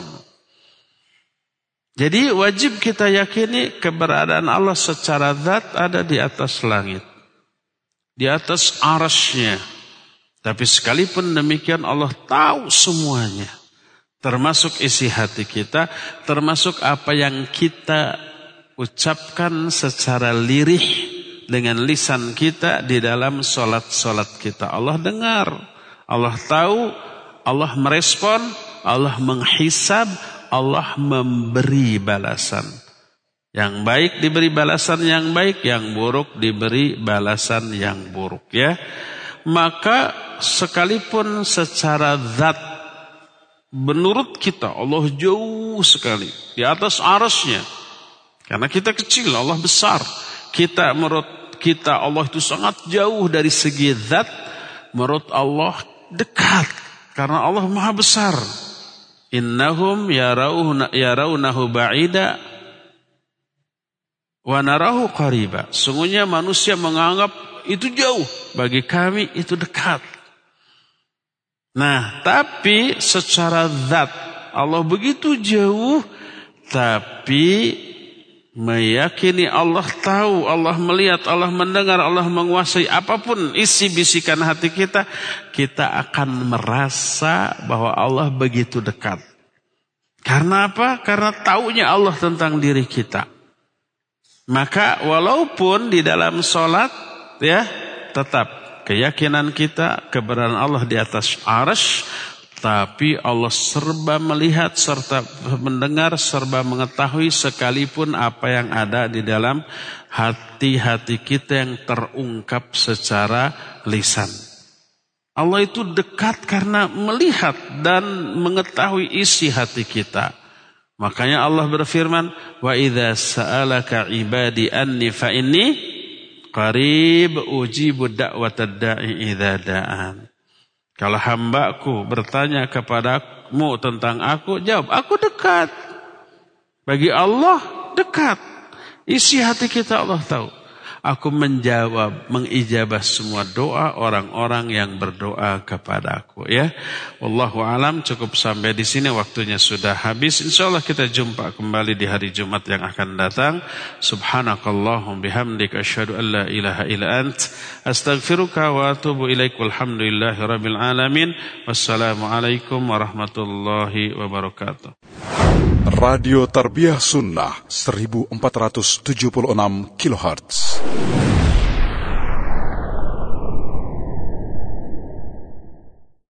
Jadi wajib kita yakini keberadaan Allah secara zat ada di atas langit. Di atas arsy-Nya. Tapi sekalipun demikian Allah tahu semuanya. Termasuk isi hati kita, termasuk apa yang kita ucapkan secara lirih dengan lisan kita di dalam solat-solat kita. Allah dengar, Allah tahu, Allah merespon, Allah menghisab, Allah memberi balasan. Yang baik diberi balasan yang baik, yang buruk diberi balasan yang buruk. Ya, maka sekalipun secara zat menurut kita Allah jauh sekali di atas arsy-Nya. Karena kita kecil, Allah besar. Kita menurut kita Allah itu sangat jauh dari segi zat. Menurut Allah dekat. Karena Allah maha besar. Innahum yarawnahu ba'ida wa narahu qariba. Sungguhnya manusia menganggap itu jauh. Bagi kami itu dekat. Nah, tapi secara zat Allah begitu jauh. Tapi meyakini Allah tahu, Allah melihat, Allah mendengar, Allah menguasai apapun isi bisikan hati kita, kita akan merasa bahwa Allah begitu dekat. Karena apa? Karena taunya Allah tentang diri kita. Maka walaupun di dalam sholat, ya, tetap keyakinan kita keberadaan Allah di atas arsy. Tapi Allah serba melihat, serta mendengar, serba mengetahui sekalipun apa yang ada di dalam hati-hati kita yang terungkap secara lisan. Allah itu dekat karena melihat dan mengetahui isi hati kita. Makanya Allah berfirman, wa idza sa'alaka ibadi anni fa inni qarib ujibu da'watad da'i idza da'an. Kalau hambaku bertanya kepadamu tentang aku, jawab, aku dekat. Bagi Allah dekat. Isi hati kita Allah tahu. Aku menjawab, mengijabah semua doa orang-orang yang berdoa kepadaku. Ya, wallahu alam. Cukup sampai di sini, waktunya sudah habis. Insyaallah kita jumpa kembali di hari Jumat yang akan datang. Subhanakallahum bihamdika asyhadu an la ilaha illa ant astaghfiruka wa atubu ilaik. Walhamdulillahi rabbil alamin. Wassalamualaikum warahmatullahi wabarakatuh. Radio Tarbiyah Sunnah seribu empat ratus tujuh puluh enam kilohertz.